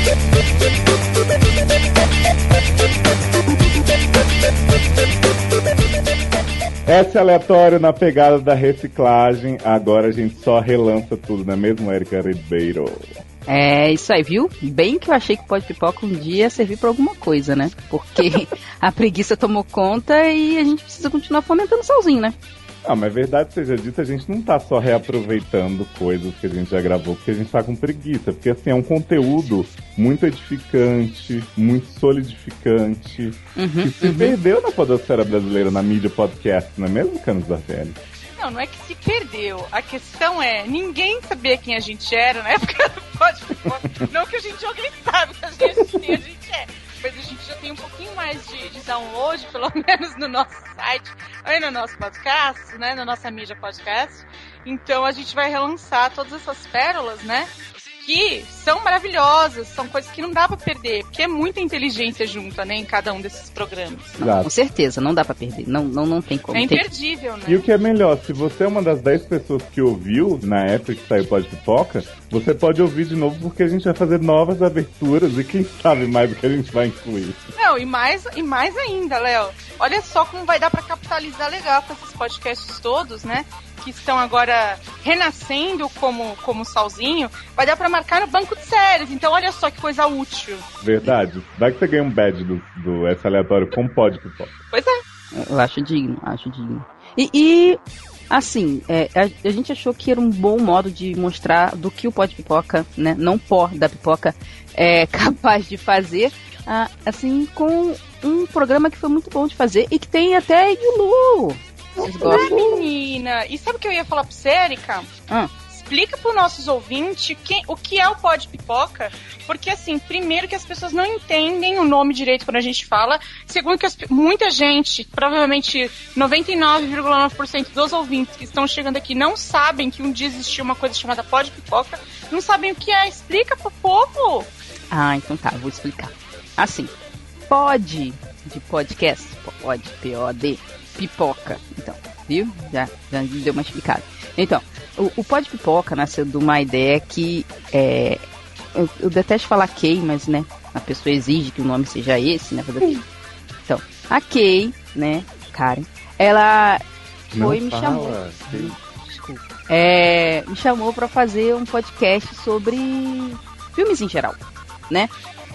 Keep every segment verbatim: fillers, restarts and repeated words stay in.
Esse aleatório na pegada da reciclagem. Agora a gente só relança tudo, não é mesmo, Érica Ribeiro? É isso aí, viu? Bem que eu achei que o Pode Pipoca um dia servir pra alguma coisa, né? Porque a preguiça tomou conta e a gente precisa continuar fomentando o solzinho, né? Ah, mas verdade seja dita, a gente não tá só reaproveitando coisas que a gente já gravou, porque a gente tá com preguiça. Porque, assim, é um conteúdo muito edificante, muito solidificante, Uhum, que se uhum. perdeu na podosfera brasileira, na mídia podcast, não é mesmo, Canos da Velha? Não, não é que se perdeu. A questão é, ninguém sabia quem a gente era na época do Pode Pipoca. Não que a gente alguém sabe que a gente, quem a gente é. Mas a gente já tem um pouquinho mais de, de download, pelo menos no nosso site, aí no nosso podcast, né, na nossa mídia podcast. Então a gente vai relançar todas essas pérolas, né, que são maravilhosas, são coisas que não dá pra perder, porque é muita inteligência junta, né, em cada um desses programas. Não, com certeza, não dá pra perder, não, não, não tem como. É imperdível, né? E o que é melhor, se você é uma das dez pessoas que ouviu na época que saiu Pode Pipoca, você pode ouvir de novo, porque a gente vai fazer novas aberturas e quem sabe mais o que a gente vai incluir. Não, e mais, e mais ainda, Léo, olha só como vai dar pra capitalizar legal com esses podcasts todos, né, que estão agora renascendo como, como salzinho, vai dar pra marcar no banco de séries. Então olha só que coisa útil. Verdade. Vai que você ganha um badge do, do Essa Aleatório com Pode Pipoca. Pois é. Eu acho digno, acho digno. E, e assim, é, a, a gente achou que era um bom modo de mostrar do que o Pode Pipoca, né, não pó da pipoca, é capaz de fazer, ah, assim, com um programa que foi muito bom de fazer e que tem até Yulu. Vocês gostam? É, menina. E sabe o que eu ia falar pra você, Erika? Ah. Explica pros nossos ouvintes quem, o que é o Pode Pipoca, porque assim, primeiro que as pessoas não entendem o nome direito quando a gente fala, segundo que as, muita gente, provavelmente noventa e nove vírgula nove por cento dos ouvintes que estão chegando aqui não sabem que um dia existiu uma coisa chamada Pode Pipoca, não sabem o que é. Explica pro povo. Ah, então tá, vou explicar. Assim, pode de podcast, pode, P O D, pipoca. Então, viu? Já, já deu uma explicada. Então, o, o Pode Pipoca nasceu de uma ideia que é, eu, eu detesto falar Kay, mas né, a pessoa exige que o nome seja esse, né? Então, a Kay, né, Karen, ela foi e me chamou. Kay. Desculpa. É, me chamou pra fazer um podcast sobre filmes em geral, né?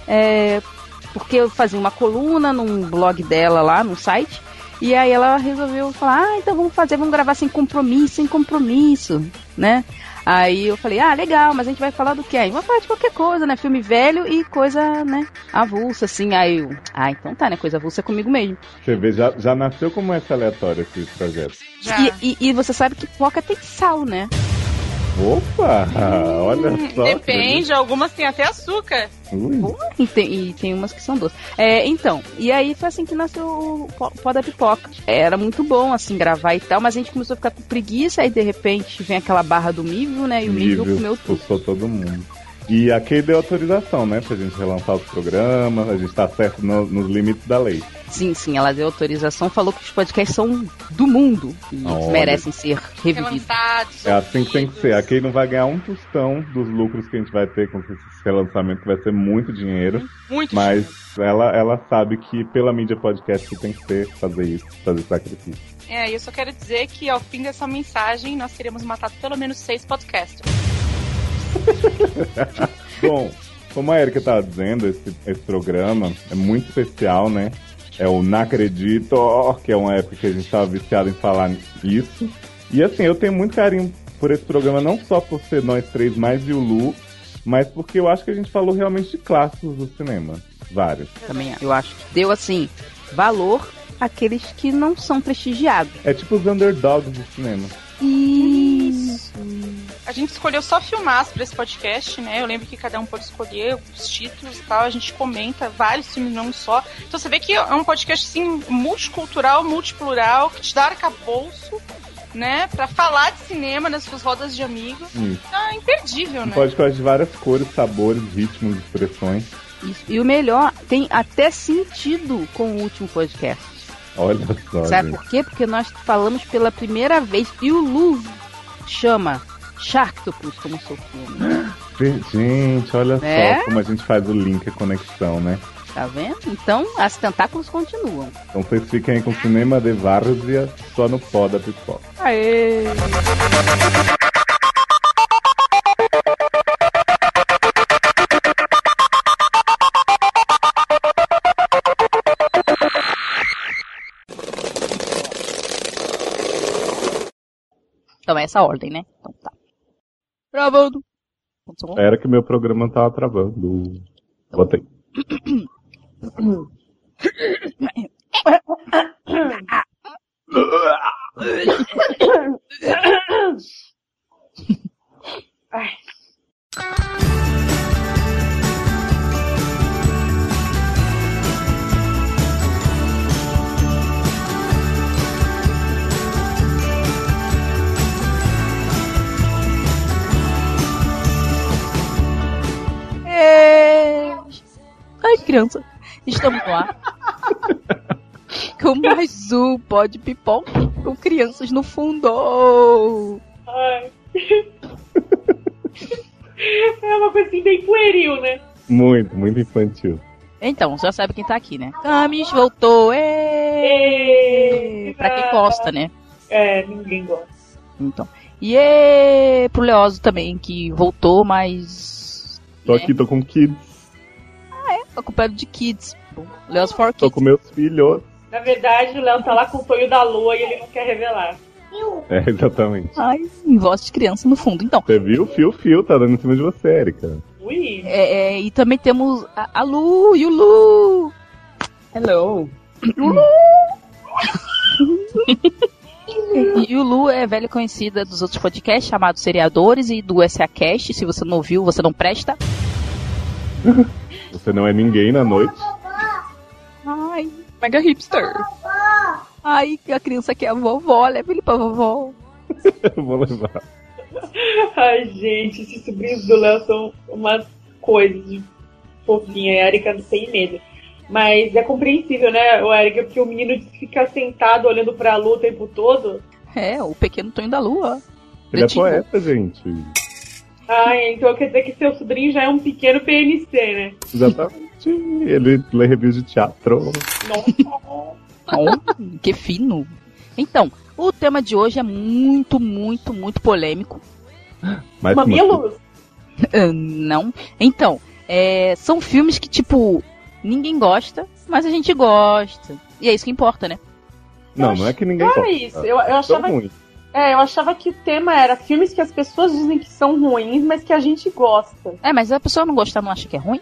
É, porque eu fazia uma coluna num blog dela lá, no site. E aí ela resolveu falar, ah, então vamos fazer, vamos gravar sem compromisso, sem compromisso, né? Aí eu falei, ah, legal, mas a gente vai falar do quê? Aí vamos falar de qualquer coisa, né? Filme velho e coisa, né, avulsa, assim. Aí eu, ah, então tá, né? Coisa avulsa é comigo mesmo. Você vê, já, já nasceu como essa aleatória esse projeto. E, e, e você sabe que pipoca tem sal, né? Opa, hum, olha só. Depende, algumas tem até açúcar. Uh, e, tem, e tem umas que são doces. É, então, e aí foi assim que nasceu o Pó da Pipoca. Era muito bom, assim, gravar e tal, mas a gente começou a ficar com preguiça, aí de repente vem aquela barra do Mívio, né, e o Mívio comeu tudo. Expulsou todo mundo. E aqui deu autorização, né, pra gente relançar os programas, a gente tá certo no, nos limites da lei. Sim, sim, ela deu autorização, falou que os podcasts são do mundo e Olha. merecem ser revividos. É assim que tem que ser. Aqui não vai ganhar um tostão dos lucros que a gente vai ter com esse relançamento, que vai ser muito dinheiro. Muito Mas ela, ela sabe que pela mídia podcast que tem que ser fazer isso, fazer sacrifício. É, eu só quero dizer que ao fim dessa mensagem nós teremos matado pelo menos seis podcasters. Bom, como a Erika estava dizendo, esse, esse programa é muito especial, né? É o Não Acredito, que é uma época que a gente estava viciado em falar isso. E assim, eu tenho muito carinho por esse programa, não só por ser nós três mais e o Lu, mas porque eu acho que a gente falou realmente de clássicos do cinema. Vários. Também eu acho que deu, assim, valor àqueles que não são prestigiados. É tipo os underdogs do cinema. Isso. A gente escolheu só filmaço pra esse podcast, né? Eu lembro que cada um pode escolher os títulos e tal. A gente comenta vários filmes, não só. Então você vê que é um podcast, assim, multicultural, multiplural, que te dá arcabouço, né? Pra falar de cinema nas suas rodas de amigos. Isso. Então é imperdível, um né? Um podcast de várias cores, sabores, ritmos, expressões. Isso. E o melhor, tem até sentido com o último podcast. Olha só. Sabe gente. por quê? Porque nós falamos pela primeira vez e o Lu chama Sharktopus como seu filme. Gente, olha É? só como a gente faz o link, a conexão, né? Tá vendo? Então, as tentáculos continuam. Então vocês fiquem aí com o Cinema de Várzea só no pó da pipoca. Aê! Então é essa a ordem, né? Então tá. Gravando. Era que meu programa tava travando. Botei. Ai. É... Ai, criança. Estamos lá. Com mais um Pode Pipoca com crianças no fundo. Ai. É uma coisa assim bem pueril, né? Muito, muito infantil. Então, já sabe quem tá aqui, né? Camis voltou. Êêêê! Pra quem gosta, né? É, ninguém gosta. Então. E é pro Leoso também, que voltou, mas... Tô né? aqui, tô com kids, Ocupado de kids. Leo's for tô Kids. com meus filhos. Na verdade, o Léo tá lá com o Tonho da Lua e ele não quer revelar. É, exatamente. Ai, em voz de criança no fundo. Então, Você viu? Fio, fio, tá dando em cima de você, Erika. Ui. é, é, e também temos a, a Lu e o Lu. Hello. E o Lu é velha conhecida dos outros podcasts chamados Seriadores e do S A Cast. Se você não ouviu, você não presta. Você não é ninguém na noite. Ai, Mega hipster. ai, a criança quer a vovó, leva ele pra vovó. Eu vou levar. Ai, gente, esses sobrinhos do Léo são umas coisas de fofinha. A Erika não tem medo. Mas é compreensível, né, o Erika? Porque o menino fica sentado olhando pra lua o tempo todo. É, o pequeno Tonho da Lua. Ele é Betinho. poeta, gente. Ai, então quer dizer que seu sobrinho já é um pequeno P N C, né? Exatamente. Ele lê reviews de teatro. Nossa. Oh, que fino. Então, o tema de hoje é muito, muito, muito polêmico. Mas Mamilos? Ah, não. Então, é, são filmes que, tipo, ninguém gosta, mas a gente gosta. E é isso que importa, né? Não, não é que ninguém Não era gosta. isso. Eu, eu Tão achava, ruim. é, eu achava que o tema era filmes que as pessoas dizem que são ruins, mas que a gente gosta. É, mas a pessoa não gostar não acha que é ruim?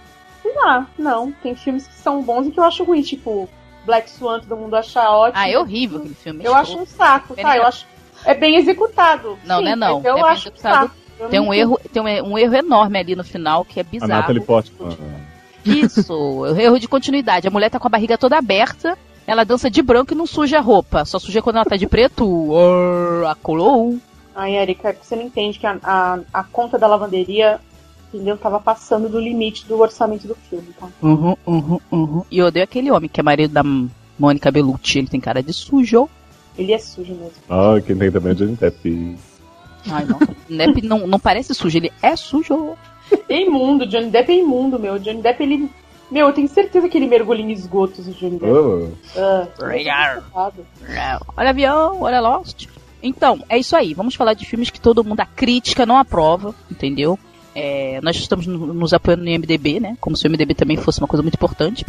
Ah, não. Tem filmes que são bons e que eu acho ruim, tipo Black Swan, todo mundo acha ótimo. Ah, é horrível aquele filme. Eu acho um saco, tá? Eu acho. É bem executado. Não, sim, não é não. mas eu É bem acho um executado. saco. Eu Tem não um sei. erro, tem um, um erro enorme ali no final que é A bizarro. Natalie Portman. Isso, o erro de continuidade. A mulher tá com a barriga toda aberta, ela dança de branco e não suja a roupa. Só suja quando ela tá de preto. Urr, a colou. Ai, Erika, é porque você não entende que a, a, a conta da lavanderia, entendeu? Tava passando do limite do orçamento do filme, tá? Uhum, uhum, uhum. E eu odeio aquele homem que é marido da Mônica Bellucci. Ele tem cara de sujo. Ele é sujo mesmo. Ah, quem tem também é o Johnny Depp. Ai, não. Depp não, não parece sujo, ele é sujo. É imundo, Johnny Depp é imundo, meu. Johnny Depp, ele... Meu, eu tenho certeza que ele mergulha em esgotos, o Johnny Depp. Oh. Ah, Obrigado. errado. Olha avião, olha Lost. Então, é isso aí. Vamos falar de filmes que todo mundo, a crítica não aprova, entendeu? É, nós estamos no- nos apoiando no I M D B, né? Como se o I M D B também fosse uma coisa muito importante.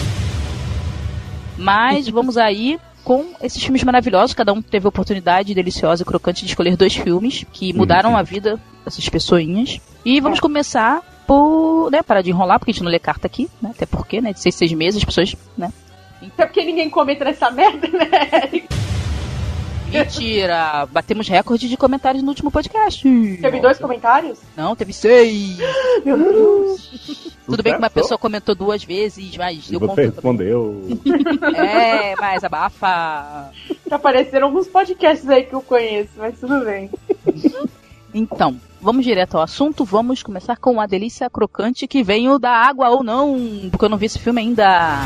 Mas vamos aí com esses filmes maravilhosos. Cada um teve a oportunidade deliciosa e crocante de escolher dois filmes que mudaram a vida dessas pessoinhas. E vamos começar por, né, parar de enrolar, porque a gente não lê carta aqui, né? Até porque, né, de seis, seis meses, as pessoas, né? Até porque ninguém comenta nessa merda, né, Erika? Mentira! Batemos recorde de comentários no último podcast. Teve dois comentários? Não, teve seis. Meu Deus. Tudo bem que uma Certo. pessoa comentou duas vezes, mas E eu você conto também. respondeu. É, mas abafa. Apareceram alguns podcasts aí que eu conheço, mas tudo bem. Então, vamos direto ao assunto. Vamos começar com a delícia crocante que veio da água ou não, porque eu não vi esse filme ainda.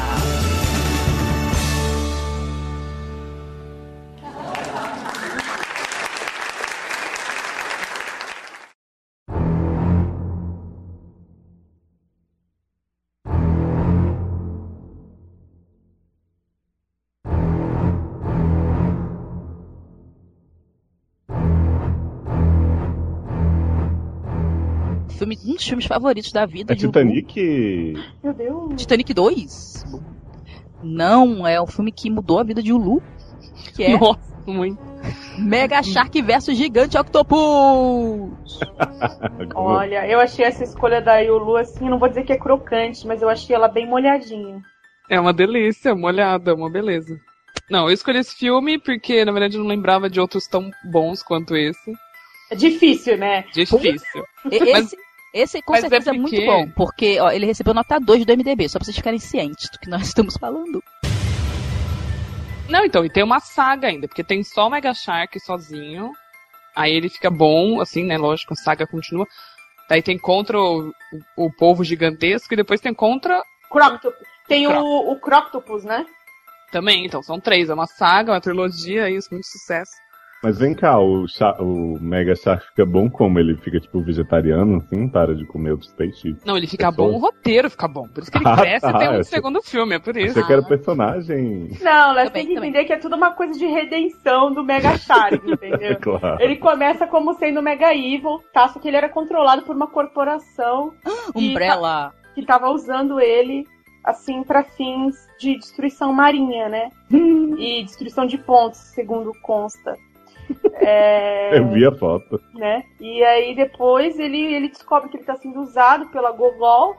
filme, um dos filmes favoritos da vida. É de Titanic? Ulu. Meu Deus. Titanic dois? Não, é um filme que mudou a vida de Ulu. Que é Nossa, muito. Mega Shark versus Gigante Octopus. Olha, eu achei essa escolha da Yulu, assim, não vou dizer que é crocante, mas eu achei ela bem molhadinha. É uma delícia, molhada, uma beleza. Não, eu escolhi esse filme porque, na verdade, eu não lembrava de outros tão bons quanto esse. É difícil, né? Difícil. Esse, Mas- esse com mas é certeza é, porque- muito bom, porque ó, ele recebeu nota dois do M D B, só pra vocês ficarem cientes do que nós estamos falando. Não, então, e tem uma saga ainda, porque tem só o Mega Shark sozinho. Aí ele fica bom, assim, né? Lógico, a saga continua. Daí tem contra o, o, o povo gigantesco e depois tem contra Croctopus. Tem Croc- o, o Croctopus, né? também. Então, são três. É uma saga, uma trilogia, isso, muito sucesso. Mas vem cá, o, Sha- o Mega Shark fica bom como? Ele fica, tipo, vegetariano, assim, para de comer outros peixes? Não, ele fica Pessoa. bom, o roteiro fica bom. Por isso que ele Ah, cresce tá, e tem eu um achei- segundo filme, é por isso. Achei que era personagem. Não, Léo, Também, tem que também. entender que é tudo uma coisa de redenção do Mega Shark, entendeu? Claro. Ele começa como sendo Mega Evil, tá? Só que ele era controlado por uma corporação E Umbrella. que tava usando ele, assim, pra fins de destruição marinha, né? E destruição de pontos, segundo consta. É, Eu vi a foto. né? E aí depois ele, ele descobre que ele tá sendo usado pela Gogol.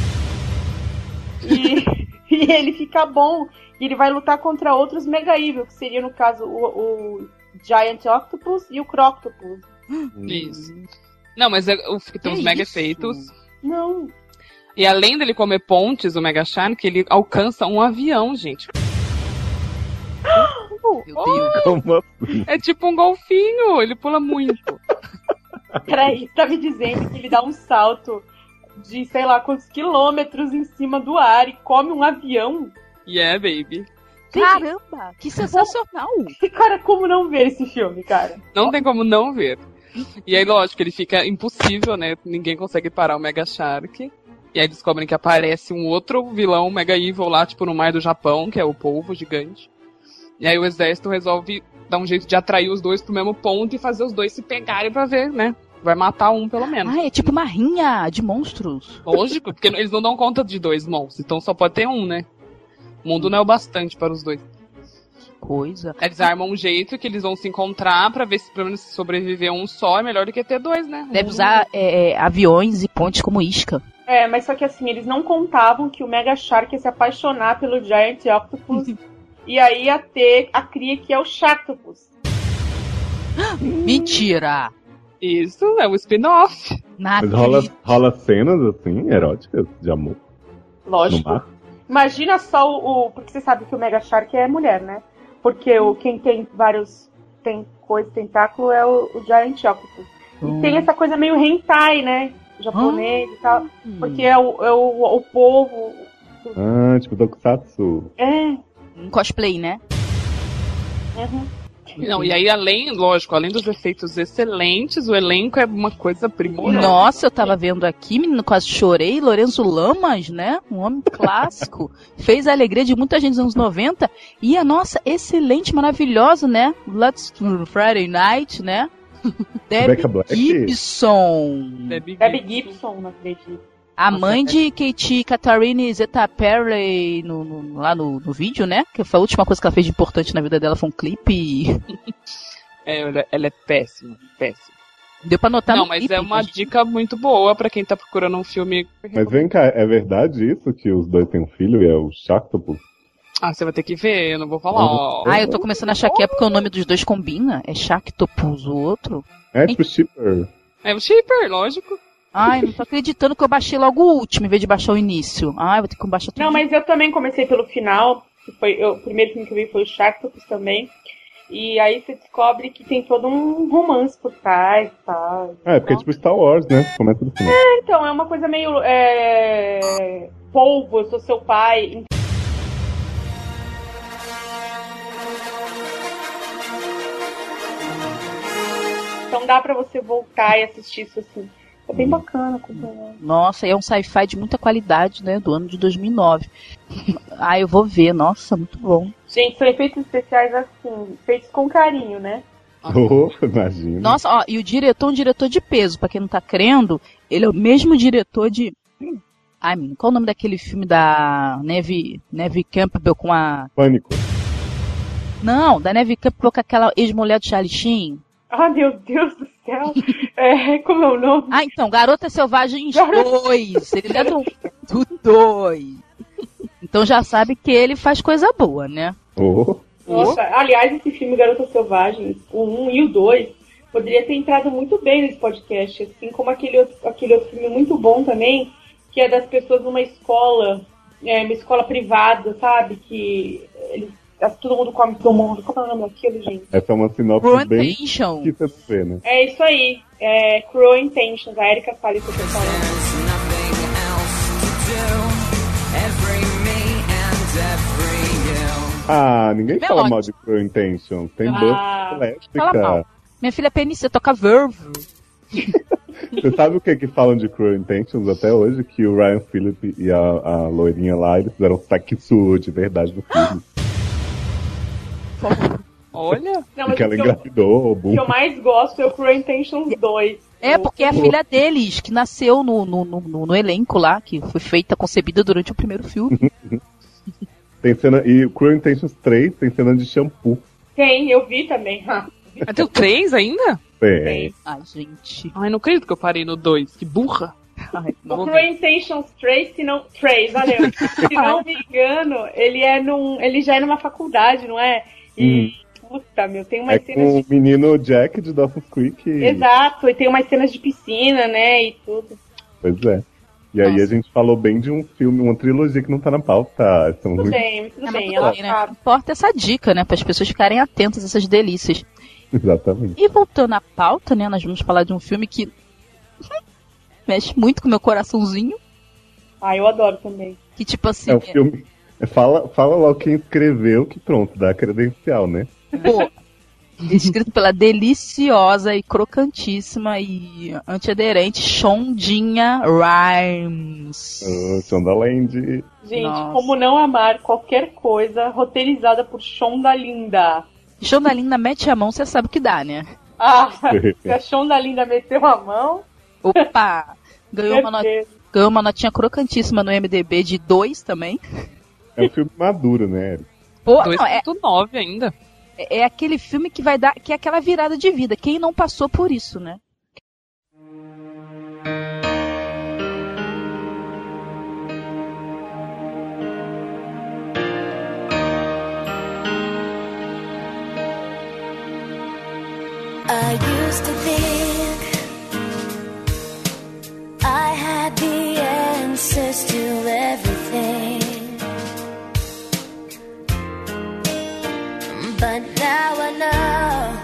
E, e ele fica bom. E ele vai lutar contra outros Mega Evil, que seria, no caso, o, o Giant Octopus e o Croctopus. Isso. Não, mas é, o, tem Que os mega isso? efeitos. Não. E além dele comer pontes, o Mega Shark, ele alcança um avião, gente. Meu Deus. Como assim? É tipo um golfinho, ele pula muito. Peraí, tá me dizendo que ele dá um salto de sei lá quantos quilômetros em cima do ar e come um avião? Yeah, baby. Caramba, que sensacional. E, cara, como não ver esse filme, cara? Não tem como não ver. E aí, lógico, ele fica impossível, né? Ninguém consegue parar o Mega Shark. E aí descobrem que aparece um outro vilão Mega Evil lá, tipo, no mar do Japão, que é o polvo gigante. E aí o exército resolve dar um jeito de atrair os dois pro mesmo ponto e fazer os dois se pegarem pra ver, né? Vai matar um, pelo menos. Ah, é tipo uma rinha de monstros. Lógico, porque eles não dão conta de dois monstros, então só pode ter um, né? O mundo não é o bastante para os dois. Coisa. Eles armam um jeito que eles vão se encontrar pra ver se pelo menos se sobreviver um só é melhor do que ter dois, né? Deve Um- usar é, aviões e pontes como isca. É, mas só que assim, eles não contavam que o Mega Shark ia se apaixonar pelo Giant Octopus e aí ia ter a cria que é o Sharktopus. Mentira! Isso, é o spin-off. Na Mas rola, rola cenas, assim, eróticas, de amor no Lógico. mar. Imagina só o, o- porque você sabe que o Mega Shark é mulher, né? Porque o quem tem vários tem coisa tentáculo é o, o Giant Octopus. E tem essa coisa meio hentai, né? Japonês e tal. Porque é o, é o, o povo. Ah, tipo Tokusatsu. É. Um cosplay, né? Uhum. Não, e aí além, lógico, além dos efeitos excelentes, o elenco é uma coisa primorosa. Nossa, eu tava vendo aqui, menino, quase chorei. Lorenzo Lamas, né? Um homem clássico. Fez a alegria de muita gente nos anos noventa. E a nossa, excelente, maravilhosa, né? Let's Friday Night, né? Rebecca Debbie Black? Gibson. Debbie Debbie Gibson. Gibson, não acredito. A mãe de Katie Catherine Zeta-Perry no, no, lá no, no vídeo, né? Que foi a última coisa que ela fez de importante na vida dela, foi um clipe e É, ela, ela é péssima, péssima. deu pra notar Não, no mas clipe. é uma dica muito boa pra quem tá procurando um filme. Mas vem cá, é verdade isso que os dois têm um filho e é o Sharktopus? Ah, você vai ter que ver, eu não vou falar. Ó. Ah, eu tô começando a achar que é porque o nome dos dois combina. É Sharktopus, o outro. É tipo shipper. É o Shipper, lógico. Ai, não tô acreditando que eu baixei logo o último, em vez de baixar o início. Ai, vou ter que baixar tudo. Não, mas eu também comecei pelo final. Que foi, eu, o primeiro filme que eu vi foi o Sharktopus também. E aí você descobre que tem todo um romance por trás e tal. Ah, é porque é tipo Star Wars, né? Começa do final. Então, é uma coisa meio. É... Polvo, eu sou seu pai. Então dá pra você voltar e assistir isso assim. É bem bacana acompanhar. Nossa, e é um sci-fi de muita qualidade, né? Do ano de dois mil e nove. Ah, eu vou ver. Nossa, muito bom. Gente, são efeitos especiais assim, feitos com carinho, né? Oh, imagina. Nossa, ó, e o diretor, um diretor de peso, pra quem não tá crendo, ele é o mesmo diretor de... Ai, menino, qual é o nome daquele filme da Neve, Neve Campbell com a... Pânico. Não, da Neve Campbell com aquela ex-mulher do Charlie Sheen. Ah, meu Deus do céu. É, como é o nome? Ah, então, Garota Selvagens dois. Ele é do dois. Então já sabe que ele faz coisa boa, né? Oh. Nossa, aliás, esse filme Garotas Selvagens, o um e o dois, poderia ter entrado muito bem nesse podcast, assim como aquele outro, aquele outro filme muito bom também, que é das pessoas numa escola, é, uma escola privada, sabe? Que eles, todo mundo come todo mundo. Como é o nome daquilo, gente? Essa é uma sinopse Cruel bem Intention. que você vê, né? É isso aí, é Cruel Intentions, a Erika fala isso que eu tô falando. Ah, ninguém Meu fala ódio. mal de Cruel Intention. Tem Ah, buff Fala mal. elétrica. Minha filha Penícia toca Verve. Você sabe o que que falam de Cruel Intentions até hoje? Que o Ryan Phillippe e a, a loirinha lá, eles fizeram sexo de verdade no filme. Olha. Não, mas Porque ela o que eu- engravidou, o o boom. que eu mais gosto é o Cruel Intentions dois. É, porque é a filha deles, que nasceu no, no, no, no- no elenco lá, que foi feita, concebida durante o primeiro filme. Tem cena, e o Cruel Intentions três tem cena de shampoo. Tem, eu vi também. Ah, tem o três ainda? Tem. Ai, gente. Ai, não acredito que eu parei no dois. Que burra. Ai, O Vou Cruel ver. Intentions três, se não... três, valeu. Se não me engano, ele é num... ele já é numa faculdade, não é? E, puta, meu, tem umas É cenas com de... o menino Jack de Dawson's Creek. e- Exato, e tem umas cenas de piscina, né, e tudo. Pois é. E aí Nossa. a gente falou bem de um filme, uma trilogia que não tá na pauta. Estamos Tudo muito... bem, tudo É, mas bem, tudo ela bem, né? sabe. Importa essa dica, né? Para as pessoas ficarem atentas a essas delícias. Exatamente. E voltando à pauta, né? Nós vamos falar de um filme que mexe muito com o meu coraçãozinho. Ah, eu adoro também. Que tipo assim, É um filme. Fala, fala logo quem escreveu que pronto, dá a credencial, né? pô, escrito pela deliciosa e crocantíssima e antiaderente Shondinha Rhimes. O Shondaland. Gente, Nossa. como não amar qualquer coisa roteirizada por Shonda Linda. Shonda Linda mete a mão, você sabe o que dá, né? Ah, se a Shonda Linda meteu a mão, Opa! Ganhou uma, not- certeza. ganhou uma notinha crocantíssima no M D B de dois também. É um filme maduro, né, Eric? Pô, não, é, dois ponto nove ainda. é aquele filme que vai dar, que é aquela virada de vida. Quem não passou por isso, né? I used to think I had the answers to everything, but now I know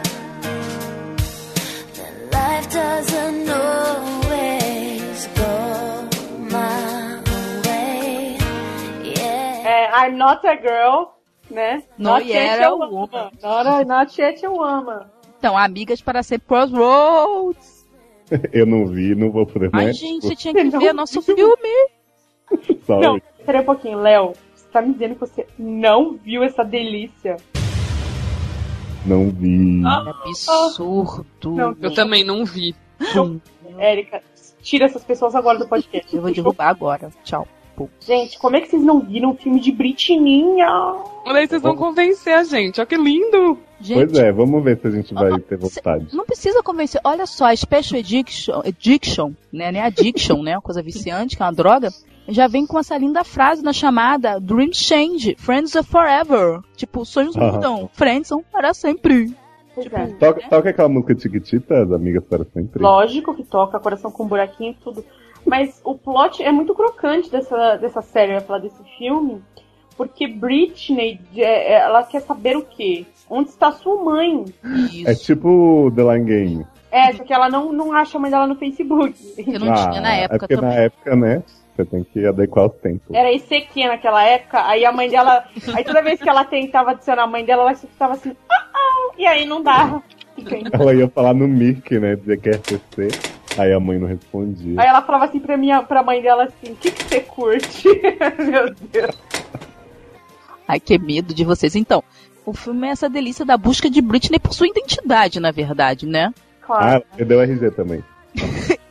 that life doesn't always go my way. Yeah. É, I'm not a girl, né? Not yet a woman. woman. Not, not yet a woman. Então, Amigas para Sempre Crossroads. Eu não vi, não vou poder Ai, mais. gente, você tinha que Não ver nosso filme. Sorry. Não, peraí um pouquinho, Léo. Você tá me dizendo que você não viu essa delícia? Não vi. É absurdo. Não. Eu também não vi. Érica, tira essas pessoas agora do podcast. Eu vou derrubar agora. Tchau. Gente, como é que vocês não viram um filme de Britninha? Olha aí, vocês vão convencer a gente. Olha que lindo. Gente, Pois é, vamos ver se a gente vai ter cê- vontade. não precisa convencer. Olha só, a Special Addiction, addiction né? Nem addiction, né? Uma coisa viciante, que é uma droga. Já vem com essa linda frase na chamada Dreams Change, Friends are Forever. Tipo, sonhos Ah. mudam, Friends são para sempre. Pois Tipo, é. Toca, toca aquela música Tiquitita, as amigas para sempre. Lógico que toca, coração com buraquinho e tudo. Mas o plot é muito crocante dessa, dessa série, eu ia falar desse filme. Porque Britney, é, ela quer saber o quê? Onde está sua mãe? É Isso. tipo The Line Game. É, só que ela não, não acha a mãe dela no Facebook. Eu não tinha na é época porque também. na época, né, você tem que adequar os tempos. Era I C Q naquela época, aí a mãe dela. Aí toda vez que ela tentava adicionar a mãe dela, ela ficava assim, ah, ah, e aí não dava. Ela ia falar no Mirk, né, dizer que é F C, aí a mãe não respondia. Aí ela falava assim pra, minha, pra mãe dela assim, o que, que você curte? Meu Deus. Ai, que medo de vocês. Então, o filme é essa delícia da busca de Britney por sua identidade, na verdade, né? Ah, Claro. ela perdeu o R G também. E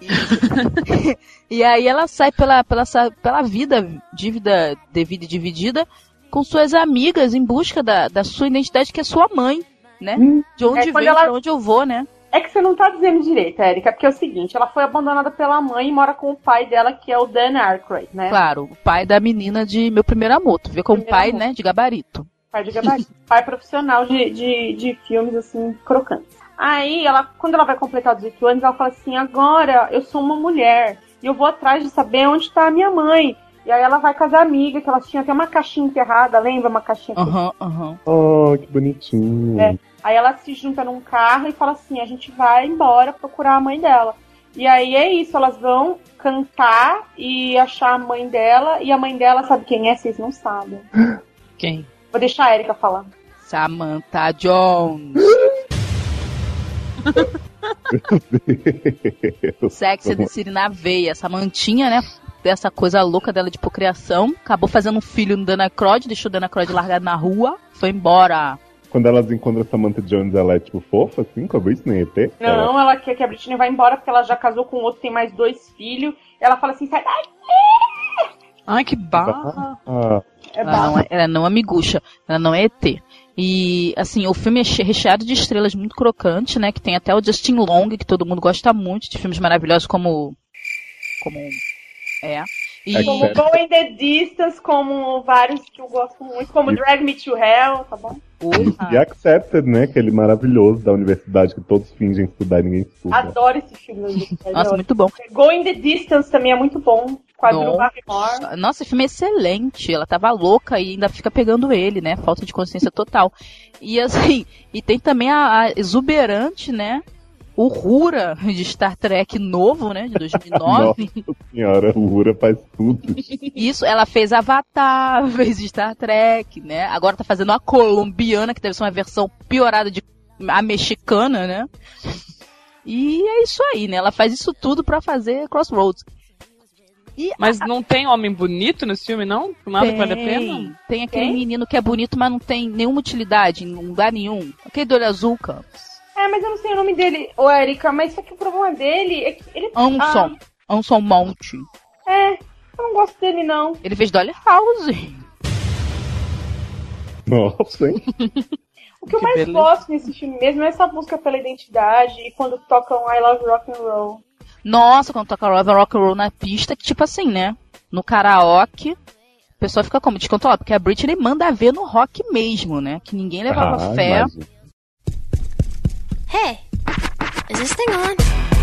E aí ela sai pela, pela, pela vida, dívida devida e dividida, com suas amigas em busca da, da sua identidade, que é sua mãe, né? Hum. De onde é, vem, ela... pra onde eu vou, né? É que você não tá dizendo direito, Érica, porque é o seguinte, ela foi abandonada pela mãe e mora com o pai dela, que é o Dan Aykroyd, né? Claro, o pai da menina de Meu Primeiro Amor, tu vê como pai, amor. né, de gabarito. Pai de gabarito. Pai profissional de, de, de filmes, assim, crocantes. Aí, ela, quando ela vai completar dezoito anos, ela fala assim, agora eu sou uma mulher e eu vou atrás de saber onde tá a minha mãe. E aí ela vai com as amigas, que elas tinham até uma caixinha enterrada, lembra? Uma caixinha Aham, aham. Oh, que bonitinho. É. Aí ela se junta num carro e fala assim, a gente vai embora procurar a mãe dela. E aí é isso, elas vão cantar e achar a mãe dela, e a mãe dela sabe quem é? Vocês não sabem. Quem? Vou deixar a Erika falar. Samantha Jones. Sex and the City na veia. Essa mantinha, né? Essa coisa louca dela de procriação. Acabou fazendo um filho no Dana Aykroyd, deixou o Dana Aykroyd largado na rua. Foi embora. Quando elas encontram a Samantha Jones, ela é tipo fofa, assim, com a Britney E T? Não, ela... ela quer que a Britney vá embora porque ela já casou com outro, tem mais dois filhos. Ela fala assim, sai daqui! Ai, que barra! Ah. É ela, não é, ela não é miguxa, ela não é E T. E, assim, o filme é recheado de estrelas muito crocantes, né? Que tem até o Justin Long, que todo mundo gosta muito, de filmes maravilhosos como... Como... É... E... Como Go in the Distance, como vários que eu gosto muito, como e... Drag Me to Hell, tá bom? E Accepted, né? Aquele maravilhoso da universidade que todos fingem estudar e ninguém estuda. Adoro esse filme. Nossa, muito bom. Go in the Distance também é muito bom. Com a Drew Barrymore. Nossa, esse filme é excelente. Ela tava louca e ainda fica pegando ele, né? Falta de consciência total. E assim, e tem também a, a exuberante, né? O Uhura de Star Trek novo, né? De dois mil e nove. Nossa senhora, o Uhura faz tudo. Isso, ela fez Avatar, fez Star Trek, né? Agora tá fazendo a colombiana, que deve ser uma versão piorada de a mexicana, né? E é isso aí, né? Ela faz isso tudo pra fazer Crossroads. E mas a... não tem homem bonito nesse filme, não? Nada tem, que vale a pena? Tem aquele tem? menino que é bonito, mas não tem nenhuma utilidade em lugar nenhum. Aquele do olho azul, Campos. É, mas eu não sei o nome dele, ô Erika, mas só que o problema dele é que ele... Anson. Ah, Anson Mount. É, eu não gosto dele, não. Ele fez Dolly House. Nossa, hein? O que eu que mais beleza. gosto nesse filme mesmo é essa busca pela identidade e quando tocam I Love Rock and Roll. Nossa, quando toca Love Rock and Roll na pista, que tipo assim, né? No karaoke, o pessoal fica como? Descontrolado, porque a Britney manda ver no rock mesmo, né? Que ninguém levava ah, fé. Imagina. Hey, is this thing on?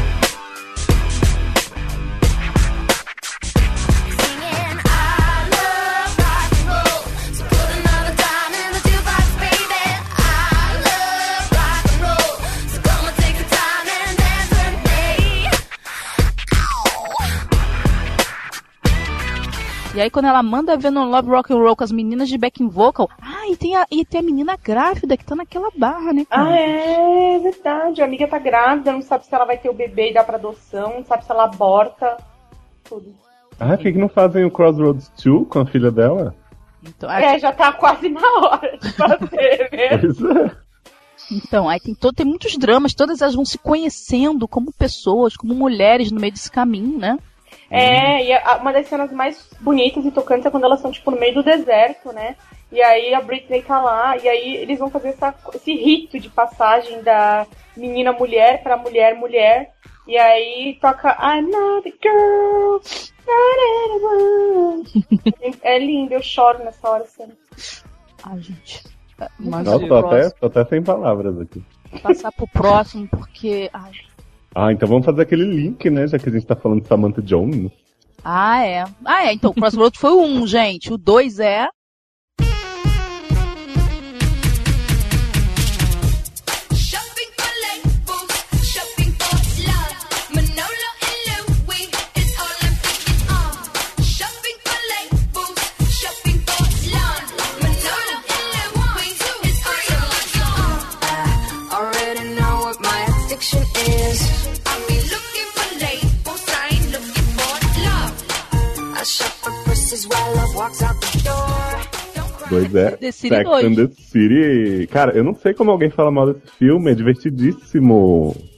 Singing, I love rock and roll, so put another dime in the jukebox, baby. I love rock and roll, so come and take the time and dance with me. E aí quando ela manda ver no Love Rock and Roll com as meninas de backing vocal, ah, e tem a, e tem a menina grávida que tá naquela barra, né? Cara? Ah, é verdade. A amiga tá grávida, não sabe se ela vai ter o bebê e dá pra adoção, não sabe se ela aborta, tudo. Ah, por que que não fazem o Crossroads dois com a filha dela? Então, É, já tá quase na hora de fazer, né? Pois é. Então, aí tem, todo, tem muitos dramas, todas elas vão se conhecendo como pessoas, como mulheres no meio desse caminho, né? É, e a, uma das cenas mais bonitas e tocantes é quando elas estão, tipo, no meio do deserto, né? E aí a Britney tá lá, e aí eles vão fazer essa, esse rito de passagem da menina mulher pra mulher mulher. E aí toca I'm not a girl, not anyone. É lindo, eu choro nessa hora assim. Ai, gente. Nossa, tô até, tô até sem palavras aqui. Vou passar pro próximo, porque... Ai. Ah, então vamos fazer aquele link, né? Já que a gente tá falando de Samantha Jones. Ah, é. Ah, é. Então, o Crossroads foi o um, gente. O dois é... Dois é The City Sex dois. and the City. Cara, eu não sei como alguém fala mal desse filme, é divertidíssimo.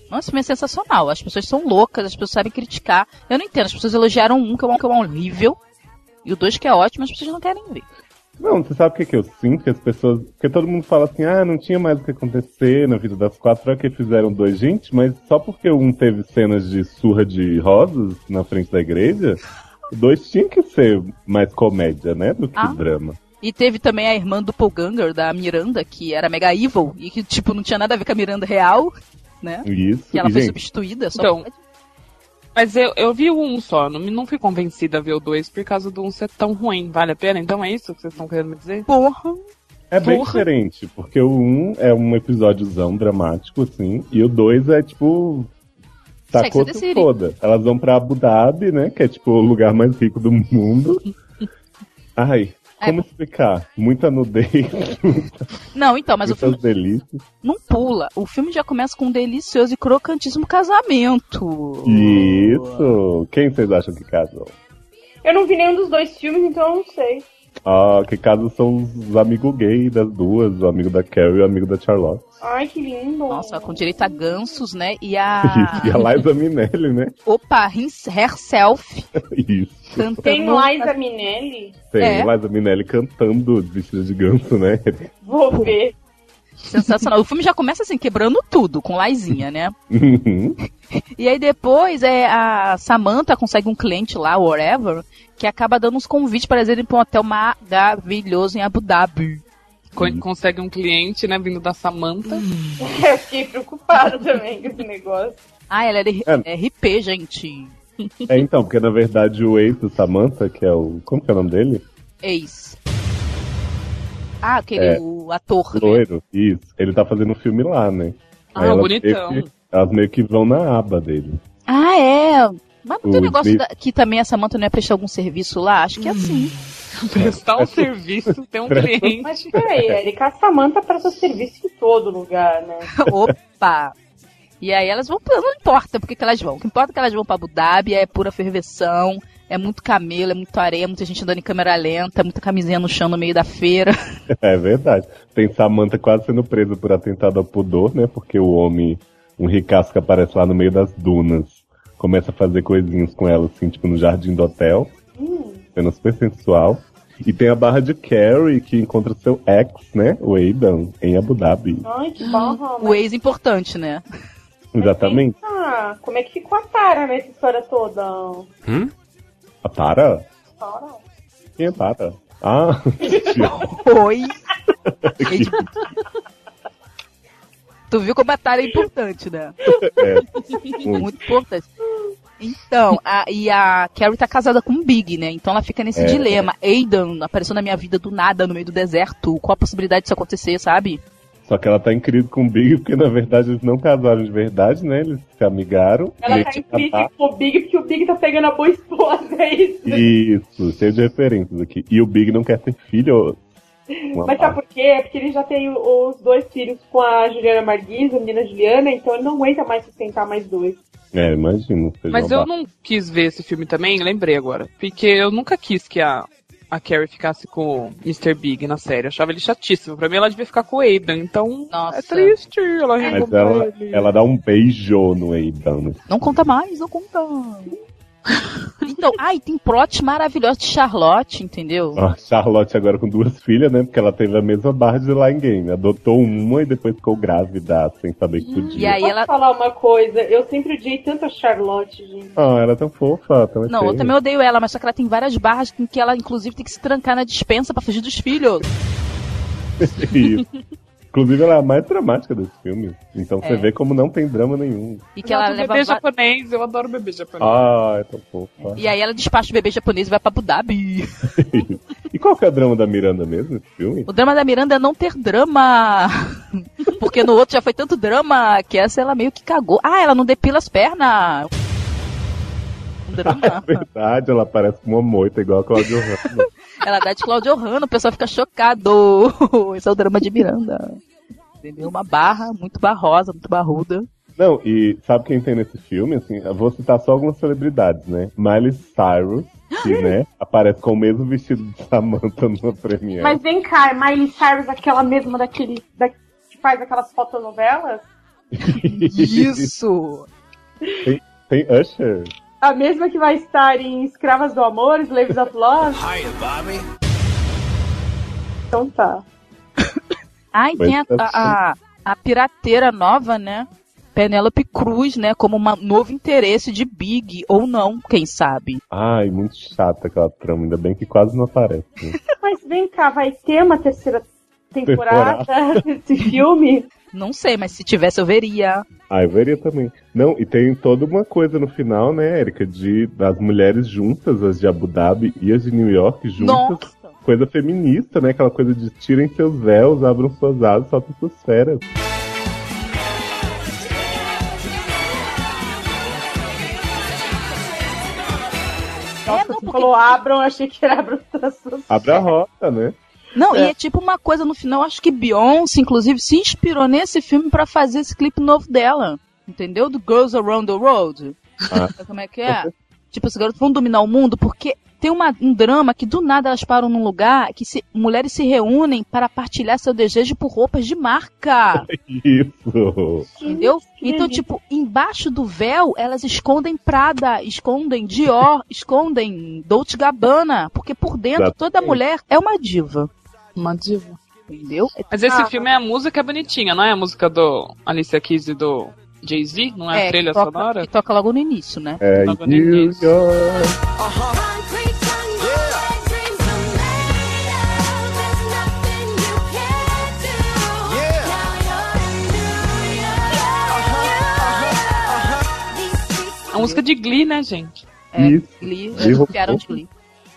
Nossa, esse filme é sensacional. As pessoas são loucas, as pessoas sabem criticar. Eu não entendo, as pessoas elogiaram um que é um, que é um horrível, e o dois que é ótimo, as pessoas não querem ver. Não, você sabe o que, que eu sinto? Que as pessoas... Porque todo mundo fala assim, ah, não tinha mais o que acontecer na vida das quatro, é que fizeram dois, gente, mas só porque um teve cenas de surra de rosas na frente da igreja, o dois tinha que ser mais comédia, né, do que Ah. drama. E teve também a irmã do Paul Ganger, da Miranda, que era mega evil, e que, tipo, não tinha nada a ver com a Miranda real, né? Isso, Que ela e, foi gente, substituída, só Então, pode. Mas eu, eu vi o um só, não, me- não fui convencida a ver o dois por causa do um ser tão ruim. Vale a pena? Então é isso que vocês estão querendo me dizer? Porra! é bem porra. diferente, porque o um é um episódiozão dramático, assim, e o dois é tipo... Tacou Sex and the se City. foda. Elas vão pra Abu Dhabi, né, que é tipo o lugar mais rico do mundo. Ai, como explicar? Muita nudez, Não, então, mas o muitas filme delícias. não pula. O filme já começa com um delicioso e crocantíssimo casamento. Isso! Quem vocês acham que casam? Eu não vi nenhum dos dois filmes, então eu não sei. Ah, que casam são os amigos gay das duas, o amigo da Carrie e o amigo da Charlotte. Ai, que lindo. Nossa, com direito a gansos, né? E a. Isso, e a Liza Minnelli, né? Opa, his- herself Isso. cantando. Tem Liza Minnelli? Tem É. Liza Minnelli cantando vestida de ganso, né? Vou ver. Sensacional. O filme já começa assim, quebrando tudo, com Laizinha, né? Uhum. E aí depois é, a Samantha consegue um cliente lá, whatever, que acaba dando uns convites para eles irem pra um hotel maravilhoso em Abu Dhabi. Co- Consegue um cliente, né, vindo da Samantha. Eu fiquei preocupada também com esse negócio. Ah, ela é, É. é R P, gente. É, então, porque na verdade o ex do Samantha, que é o... Como que é o nome dele? Ex. Ah, aquele É. o ator. né? Loiro. Isso. Ele tá fazendo um filme lá, né? Ah, Aí elas bonitão. meio que- elas meio que vão na aba dele. Ah, é. Mas não tem O negócio Smith- da- que também a Samantha não ia prestar algum serviço lá? Acho que é assim. Prestar um serviço, ter um Presta- cliente. Mas peraí, Erika, a Samantha presta serviço em todo lugar, né? Opa! E aí elas vão, não importa porque que elas vão. O que importa é que elas vão pra Abu Dhabi, é pura ferveção, é muito camelo, é muito areia, muita gente andando em câmera lenta, muita camisinha no chão no meio da feira. É verdade. Tem Samantha quase sendo presa por atentado ao pudor, né? Porque o homem, um ricaço que aparece lá no meio das dunas, começa a fazer coisinhas com ela, assim, tipo no jardim do hotel. Sendo super sensual. E tem a barra de Carrie, que encontra seu ex, né? O Aidan, em Abu Dhabi. Ai, que barra. O ex importante, né? Exatamente. Ah, como é que ficou a Tara nessa história toda? A Tara? Tara? Quem é Tara? Ah, Oi! Tu viu como a Tara é importante, né? é, muito. Muito importante. Então, a, e a Carrie tá casada com o Big, né? Então ela fica nesse É. dilema. Aidan apareceu na minha vida do nada, no meio do deserto. Qual a possibilidade disso acontecer, sabe? Só que ela tá em crise com o Big, porque na verdade eles não casaram de verdade, né? Eles se amigaram. Ela meio tá que em crise acabar- com o Big porque o Big tá pegando a boa esposa, é isso? Isso, cheio de referências aqui. E o Big não quer ter filho. Uma Mas sabe por quê? É porque ele já tem o- os dois filhos com a Juliana Marguiz, a menina Juliana, então ele não aguenta mais sustentar mais dois. É, imagino. seja Mas uma eu barra. não quis ver esse filme também, lembrei agora. Porque eu nunca quis que a, a Carrie ficasse com o mister Big na série. Eu achava ele chatíssimo. Pra mim ela devia ficar com o Aidan. Então Nossa. é triste. Ela Mas removeu ela, ele. ela dá um beijo no Aidan. Não conta mais, não conta. Então, ai, tem plot maravilhoso de Charlotte, entendeu? A Charlotte agora com duas filhas, né? Porque ela teve a mesma barra de Line Game. Adotou uma e depois ficou grávida, sem saber que podia. E aí Posso ela. falar uma coisa? Eu sempre odiei tanto a Charlotte, gente. Ah, ela é tão fofa, tão Não, eu também odeio ela, mas só que ela tem várias barras em que ela, inclusive, tem que se trancar na dispensa pra fugir dos filhos. Isso. Inclusive, ela é a mais dramática desse filme. Então você É. vê como não tem drama nenhum. E que ela Exato, leva. bebê va- japonês, eu adoro bebê japonês. Ah, é tão fofa. E aí ela despacha o bebê japonês e vai pra Abu Dhabi. E qual que é o drama da Miranda mesmo, esse filme? O drama da Miranda é não ter drama. Porque no outro já foi tanto drama que essa ela meio que cagou. Ah, ela não depila as pernas. Um drama. É verdade, ela parece com uma moita, igual a Claudia Hanna. Ela dá de Claudio Hanna, o pessoal fica chocado. Esse é o drama de Miranda. Entendeu? Uma barra muito barrosa, muito barruda. Não, e sabe quem tem nesse filme? Assim, eu vou citar só algumas celebridades, né? Miley Cyrus, que, né, aparece com o mesmo vestido de Samantha no Premiere. Mas vem cá, é Miley Cyrus, aquela mesma daquele. Da, que faz aquelas fotonovelas? Isso! Tem, tem Usher. A mesma que vai estar em Escravas do Amor, Slaves of Love. Hiya, Bobby. Então tá. Ah, e tem a, a, a, a pirateira nova, né? Penélope Cruz, né? Como um novo interesse de Big, ou não, quem sabe. Ai, muito chata aquela trama, ainda bem que quase não aparece. Né? Mas vem cá, vai ter uma terceira temporada, temporada. desse filme? Não sei, mas se tivesse eu veria. Ah, eu veria também. Não, e tem toda uma coisa no final, né, Erika, de das mulheres juntas, as de Abu Dhabi e as de New York juntas. Nossa. Coisa feminista, né? Aquela coisa de tirem seus véus, abram suas asas, soltem suas feras. Nossa, É, não, você porque- falou abram, eu achei que era abram das suas Abre a rota, né? Não, É. e é tipo uma coisa no final, acho que Beyoncé, inclusive, se inspirou nesse filme pra fazer esse clipe novo dela. Entendeu? Do Girls Around the World. Ah. Sabe como é que é? Tipo, esses garotos vão dominar o mundo porque tem uma, um drama que do nada elas param num lugar que se, mulheres se reúnem para partilhar seu desejo por roupas de marca. Isso. Entendeu? Que Então, delícia. tipo, embaixo do véu, elas escondem Prada, escondem Dior, escondem Dolce Gabbana, porque por dentro Exatamente. toda mulher é uma diva. Uma diva. Entendeu? Mas esse Ah, filme, é a música é bonitinha, não é a música do Alicia Keys e do Jay-Z? Não é, a trilha que toca, sonora? que toca logo no início, né? É Logo no New início. York. Concrete jungle where dreams are made of. There's nothing you can't do. Now you're in New York. These streets A música de Glee, né, gente? É, Isso. Glee, Glee eles copiaram de roubou. Glee.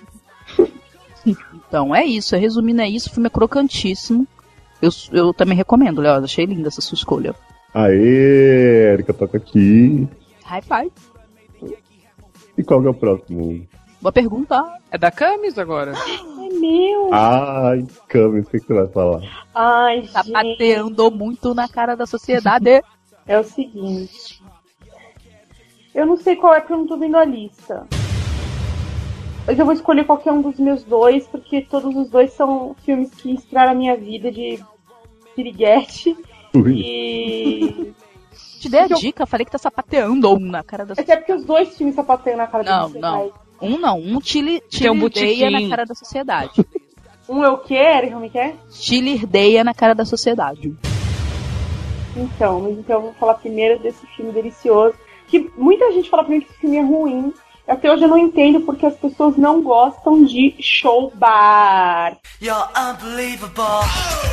Então, é isso. Resumindo, é isso. O filme é crocantíssimo. Eu, eu também recomendo, Léo. Achei linda essa sua escolha. Aê, Erika toca aqui. High five. E qual que é o próximo? Boa pergunta. É da Camis agora. Ai, meu. Ai, Camis, o que, que você vai falar? Ai, gente. Sapateando muito na cara da sociedade. É o seguinte. Eu não sei qual é porque eu não tô vendo a lista. Mas eu vou escolher qualquer um dos meus dois, porque todos os dois são filmes que inspiraram a minha vida de piriguete. Ui. E. Te dei a Porque eu- dica, falei que tá sapateando na cara da É até porque os dois filmes sapateiam na cara Não, da não. sociedade. Um não, um Chile, Tem um chilirdeia botiquim. na cara da sociedade. Um é o quê, Eric? Como é que é? Chilirdeia na cara da sociedade. Então, mas então eu vou falar primeiro desse filme delicioso. Que muita gente fala pra mim que esse filme é ruim. Até hoje eu não entendo porque as pessoas não gostam de show bar. You're unbelievable.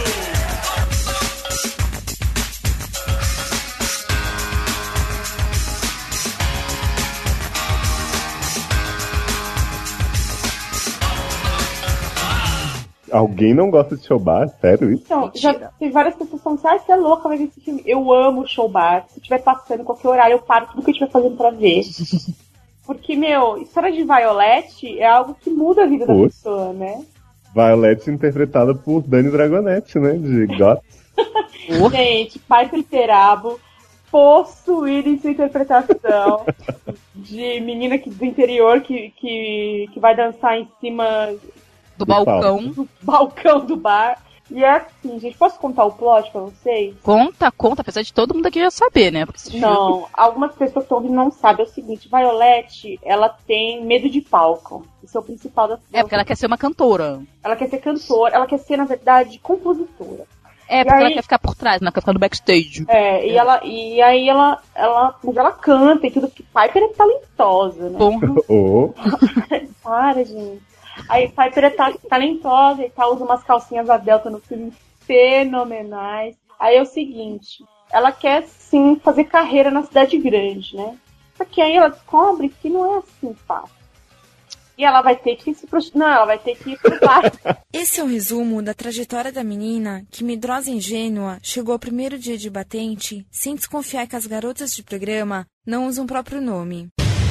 Alguém não gosta de show bar? Sério isso? Então, Mentira. já tem várias pessoas falando assim, ah, você é louca, vai ver esse filme. Eu amo show bar. Se estiver passando em qualquer horário, eu paro tudo que eu estiver fazendo pra ver. Porque, meu, história de Violet é algo que muda a vida da Poxa. pessoa, né? Violet interpretada por Dani Dragonetti, né? De Got. Gente, Piper Perabo possuída em sua interpretação de menina que, do interior que, que, que vai dançar em cima Do Do balcão. do balcão do bar. E é assim, gente, posso contar o plot pra vocês? Conta, conta, apesar de todo mundo aqui já saber, né? Porque esse filme- Não, algumas pessoas que estão ouvindo não sabem. É o seguinte, Violet, ela tem medo de palco. Isso é o principal da É, porque ela quer ser uma cantora. Ela quer ser cantora, ela quer ser, na verdade, compositora. É, E porque ela aí- quer ficar por trás, não quer ficar no backstage. É, e, ela, e aí ela, ela, mas ela canta e tudo, porque Piper é talentosa, né? Porra. Oh, Para, gente. Aí Piper é ta- talentosa e tal, usa umas calcinhas a delta no filme fenomenais. Aí é o seguinte, ela quer sim fazer carreira na cidade grande, né? Só que aí ela descobre que não é assim fácil. E ela vai ter que se prostituir. Não, ela vai ter que ir pro bar. Esse é o resumo da trajetória da menina que, medrosa e ingênua, chegou ao primeiro dia de batente sem desconfiar que as garotas de programa não usam o próprio nome.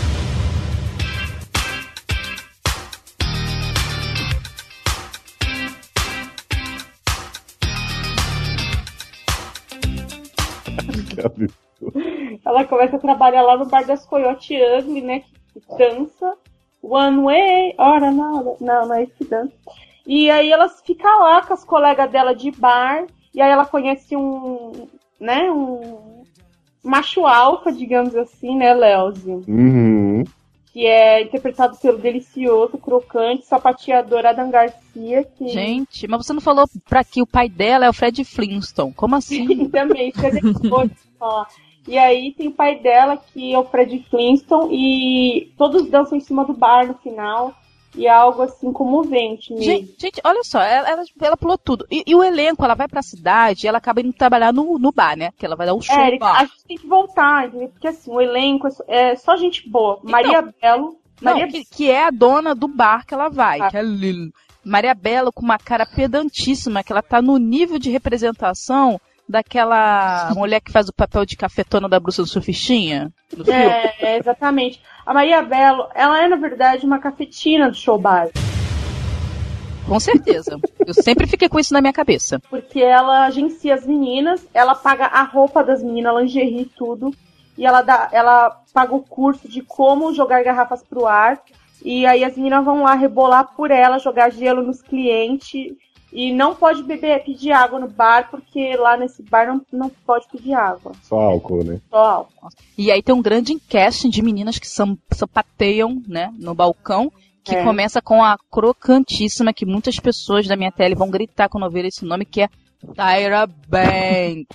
que absurdo. Ela começa a trabalhar lá no bar das Coyote Ugly, né? Que dança. One way, ora nada. Não, não é isso que dança. E aí ela fica lá com as colegas dela de bar. E aí ela conhece um, né? Um, macho alfa, digamos assim, né, Leozio? Uhum. Que é interpretado pelo delicioso, crocante, sapateador Adam Garcia. Que... Gente, mas você não falou pra que o pai dela é o Fred Flintstone. Como assim? Também, isso é depois de falar. E aí tem o pai dela, que é o Fred Flintstone, e todos dançam em cima do bar no final. E é algo assim comovente mesmo. Gente, gente, olha só, ela, ela, ela pulou tudo. E, e o elenco, ela vai pra cidade e ela acaba indo trabalhar no, no bar, né? Que ela vai dar o show É, no bar. a gente tem que voltar, entendeu? Porque assim, o elenco é só, é só gente boa. Então, Maria Belo. Não, Maria... que, que é a dona do bar que ela vai, Ah. que é a Lil. Maria Bela com uma cara pedantíssima, que ela tá no nível de representação daquela mulher que faz o papel de cafetona da Bruxa do Surfistinha. No filme. É, é, exatamente. A Maria Belo, ela é, na verdade, uma cafetina do show bar. Com certeza. Eu sempre fiquei com isso na minha cabeça. Porque ela agencia as meninas, ela paga a roupa das meninas, lingerie e tudo. E ela, dá, ela paga o curso de como jogar garrafas pro ar. E aí as meninas vão lá rebolar por ela, jogar gelo nos clientes. E não pode beber, pedir água no bar, porque lá nesse bar não, não pode pedir água. Só álcool, né? Só álcool. E aí tem um grande casting de meninas que são, sapateiam, né, no balcão, que É. começa com a crocantíssima, que muitas pessoas da minha tele vão gritar quando ouvir esse nome, que é Tyra Banks.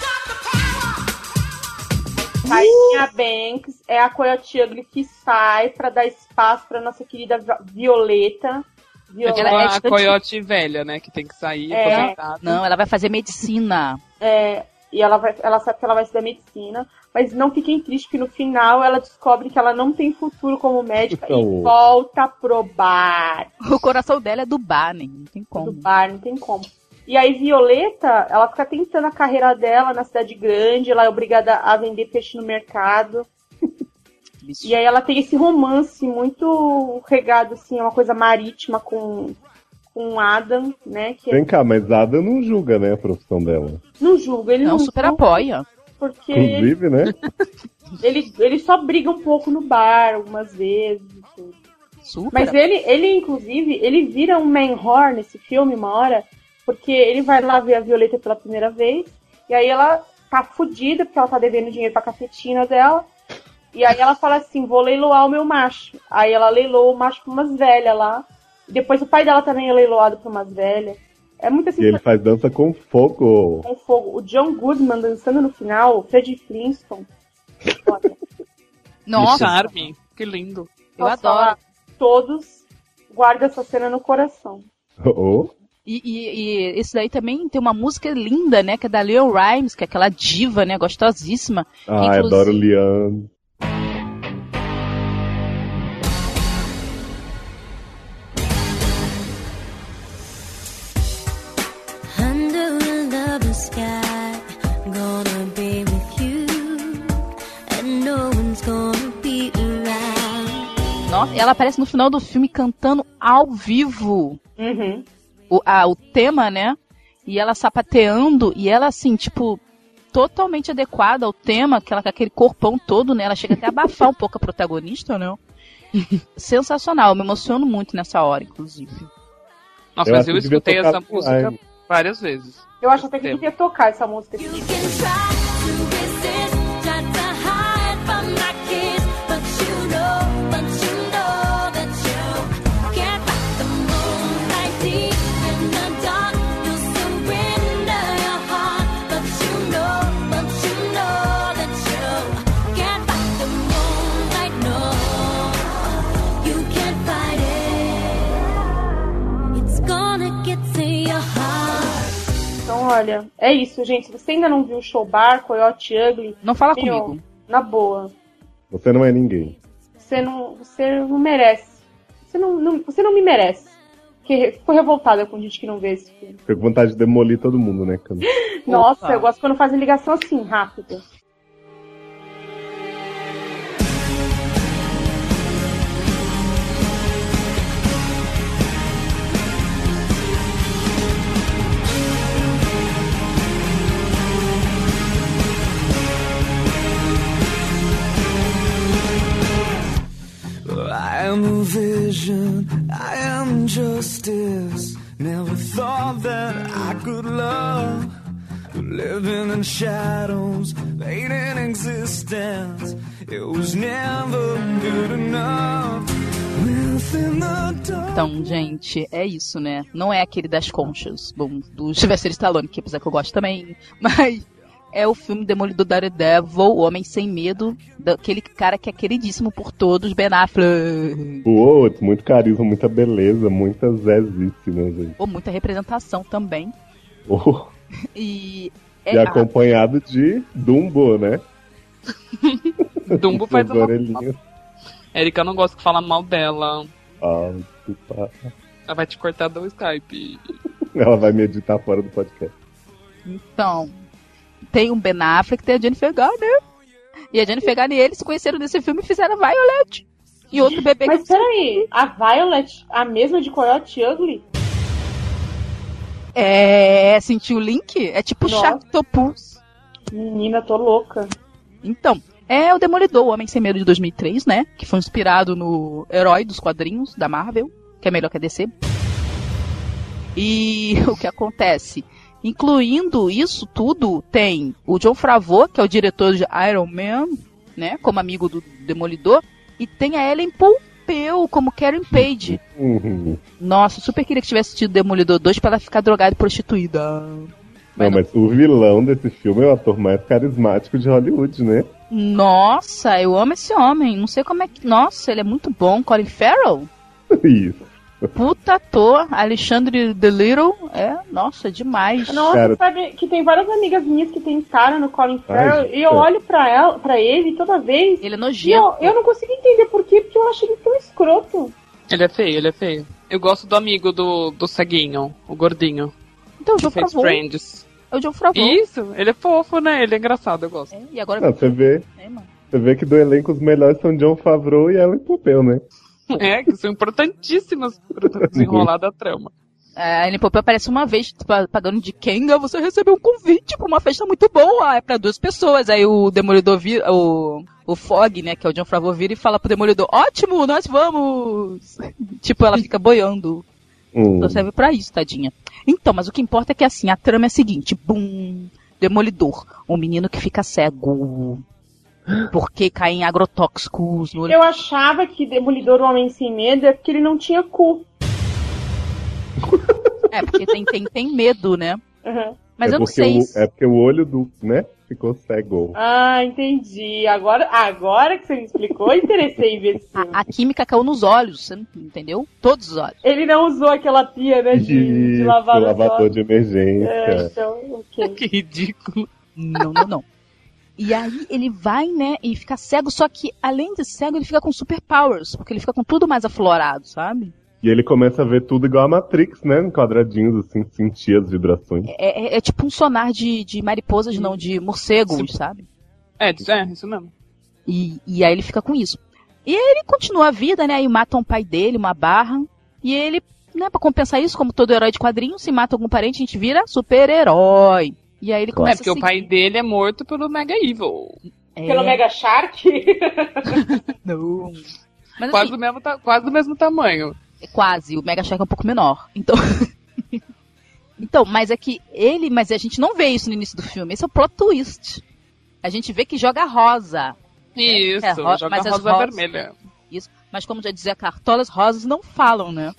Rainha Banks é a Coyote Ugly que sai pra dar espaço pra nossa querida Violeta. É Violeta. tipo Ela é a estante- coiote velha, né? Que tem que sair, É. aposentada. Não, ela vai fazer medicina. É, e ela, vai, ela sabe que ela vai estudar medicina, mas não fiquem tristes, que no final ela descobre que ela não tem futuro como médica e Oh. volta pro bar. O coração dela é do bar, né? Não tem Do como. bar, não tem como. E aí Violeta, ela fica tentando a carreira dela na cidade grande, ela é obrigada a vender peixe no mercado. E aí ela tem esse romance muito regado, assim, é uma coisa marítima com, com Adam, né? Que Vem cá, mas Ada não julga, né, a profissão dela. não julga, ele não, Não, super julga, apoia. porque ele, Inclusive, né? ele, ele só briga um pouco no bar algumas vezes e tudo. Super Mas ele, ele, inclusive, ele vira um man whore nesse filme uma hora, porque ele vai lá ver a Violeta pela primeira vez, e aí ela tá fudida, porque ela tá devendo dinheiro pra cafetina dela, e aí ela fala assim, vou leiloar o meu macho. Aí ela leiloa o macho pra umas velhas lá, e depois o pai dela também é leiloado pra umas velhas. É muito assim, E ele faz dança com fogo. com fogo. O John Goodman dançando no final, o Fred Flintstone. Olha, Nossa, Charme, que lindo. eu posso adoro. falar, todos guardam essa cena no coração. Oh, E, e, e esse daí também tem uma música linda, né? Que é da Leon Rimes, que é aquela diva, né? Gostosíssima. ai, Inclusive- adoro Liam. Under a lover's sky, gonna be with you, and no one's gonna be around. Nossa, ela aparece no final do filme cantando ao vivo Uhum. o, a, o tema, né? E ela sapateando, e ela assim, tipo, totalmente adequada ao tema, que ela com aquele corpão todo, né? Ela chega até a abafar um pouco a protagonista, né? Sensacional, eu me emociono muito nessa hora, inclusive. Nossa, Eu mas acho eu que devia escutei tocar essa no música live. várias vezes. Eu acho até que devia tocar essa música. You can try to resist, try to hide from my kiss, but you know, but you know that you can't fight the moonlight deep in the dark. You'll surrender your heart, but you know, but you know that you can't fight the moonlight. No, you can't fight it. It's gonna get to your heart. Então, olha, é isso, gente. Se você ainda não viu o show bar, Coyote Ugly, Não fala meu, comigo. na boa. Você não é ninguém. Você não, você não merece. Você não, não- você não me merece. Porque fico revoltada com gente que não vê esse filme. Fico com vontade de demolir todo mundo, né? Cano? Nossa, eu gosto quando fazem ligação assim, rápida. I am a vision, I am justice. Never thought that I could love, but living in shadows, fading existence. It was never good enough. Within the dark. Então, gente, é isso, né? Não é aquele das conchas, bom, do Sylvester Stallone, que apesar que eu gosto também, mas é o filme Demolidor Daredevil, O Homem Sem Medo, daquele cara que é queridíssimo por todos, Ben Affleck. O outro, muito carisma, muita beleza, muita zezice, né, gente? Ou muita representação também. Oh. E, é e acompanhado a... de Dumbo, né? Dumbo faz uma... Erika, eu não gosto que fala mal dela. Ah, desculpa. Ela vai te cortar do Skype. Ela vai me editar fora do podcast. Então, tem um Ben Affleck, tem a Jennifer Garner. E a Jennifer Garner e eles se conheceram nesse filme e fizeram a Violet. E outro bebê. Mas que... peraí, a Violet, a mesma de Coyote Ugly? É, sentiu o link? É tipo Sharktopus. Menina, tô louca. Então, é o Demolidor, o Homem Sem Medo de dois mil e três, né? Que foi inspirado no herói dos quadrinhos da Marvel, que é melhor que a D C. E o que acontece? Incluindo isso tudo, tem o Jon Favreau, que é o diretor de Iron Man, né? Como amigo do Demolidor. E tem a Ellen Pompeo como Karen Page. Uhum. Nossa, super queria que tivesse tido Demolidor dois pra ela ficar drogada e prostituída. Mas não, mas o vilão desse filme é o ator mais carismático de Hollywood, né? Nossa, eu amo esse homem. Não sei como é que... Nossa, ele é muito bom. Colin Farrell? Isso. Puta ator. Alexandre The Little. É, nossa, demais. Nossa, cara... sabe que tem várias amigas minhas que tem cara no Colin Farrell. Ai, e eu olho pra, ela, pra ele toda vez. Ele é nojento. Eu, eu não consigo entender por quê, porque eu acho ele tão escroto. Ele é feio, ele é feio. Eu gosto do amigo do, do ceguinho, o gordinho. Então, o Jon fez Favreau. Friends. É o Jon Favreau. Isso, ele é fofo, né? Ele é engraçado, eu gosto. É, e agora... Não, você vê, é, mano. você vê que do elenco os melhores são Jon Favreau e Ellen Pompeo, né? É, que são importantíssimas para desenrolar da trama. É, a Ellen Pompeo aparece uma vez pagando de Kenga, você recebeu um convite pra uma festa muito boa, é pra duas pessoas. Aí o Demolidor vira, o, o Fog, né, que é o Jon Favreau, vira e fala pro Demolidor, ótimo, nós vamos! Tipo, ela fica boiando. Hum. Só serve pra isso, tadinha. Então, mas o que importa é que assim, a trama é a seguinte, bum, Demolidor, um menino que fica cego. Porque cai em agrotóxicos no olho. Eu achava que Demolidor, o Homem Sem Medo, é porque ele não tinha cu. É, porque tem, tem, tem medo, né? Uhum. Mas é eu não sei. O, se... É porque o olho do, né, ficou cego. Ah, entendi. Agora, agora que você me explicou, eu interessei em ver esse filme. A, a química caiu nos olhos, você não entendeu? Todos os olhos. Ele não usou aquela pia, né, de, de lavar o lavador de emergência. É, então, ok. Que ridículo. Não, não, não. E aí ele vai, né, e fica cego, só que além de cego, ele fica com superpowers, porque ele fica com tudo mais aflorado, sabe? E ele começa a ver tudo igual a Matrix, né? Em quadradinhos, assim, sentir as vibrações. É, é, é tipo um sonar de, de mariposas, não, de morcegos, Sim. sabe? É, é, isso mesmo. E, e aí ele fica com isso. E aí ele continua a vida, né, e matam o pai dele, uma barra, e ele, né, pra compensar isso, como todo herói de quadrinhos, se mata algum parente, a gente vira super-herói. E aí ele começa É, porque a o pai dele é morto pelo Mega Evil. É. Pelo Mega Shark? Não. Mas, quase, assim, do mesmo ta... quase do mesmo tamanho. É quase, o Mega Shark é um pouco menor. Então... então, mas é que ele... Mas a gente não vê isso no início do filme. Esse é o plot twist. A gente vê que joga rosa. Isso, é, ro... joga mas rosa rosas... vermelha. Isso, mas como já dizia Cartola, as rosas não falam, né?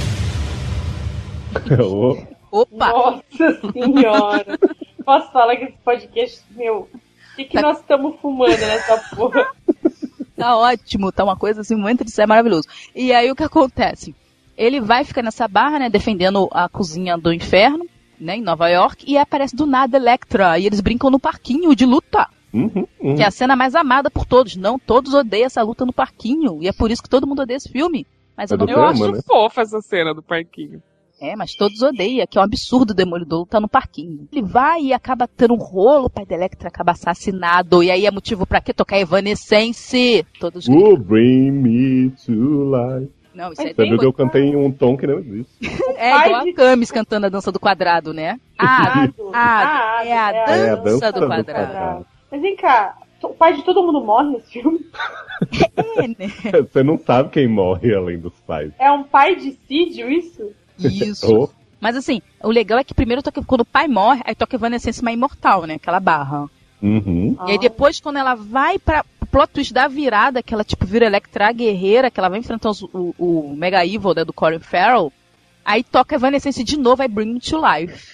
Opa! Nossa senhora! Posso falar que esse podcast, meu, o que, que tá... nós estamos fumando nessa porra? Tá ótimo, tá uma coisa assim, muito de ser maravilhoso. E aí o que acontece? Ele vai ficar nessa barra, né, defendendo a cozinha do inferno, né, em Nova York, e aparece do nada Electra, e eles brincam no parquinho de luta. Uhum, uhum. Que é a cena mais amada por todos. Não, todos odeiam essa luta no parquinho, e é por isso que todo mundo odeia esse filme. Mas é eu não Eu acho né? fofa essa cena do parquinho. É, mas todos odeiam, que é um absurdo o Demolidor lutar no parquinho. Ele vai e acaba tendo um rolo, o pai da Electra acaba assassinado, e aí é motivo pra quê? Tocar Evanescence. Todos oh, bring me to life. Não, isso é Você viu que eu cantei em um tom que não existe. É igual a Camis cantando a dança do quadrado, né? Ah, ah, ah, é a dança, é a dança do, do quadrado. quadrado. Mas vem cá, o pai de todo mundo morre nesse filme? É, né? Você não sabe quem morre além dos pais. É um pai de Sídio, isso? Isso. Oh. Mas assim, o legal é que primeiro toca, quando o pai morre, aí toca Evanescence, uma imortal, né? Aquela barra. Uhum. E aí depois, quando ela vai pra o plot twist da virada, que ela tipo vira Electra guerreira, que ela vai enfrentar os, o, o Mega Evil, né, do Colin Farrell, aí toca Evanescence de novo, aí Bring Me to Life.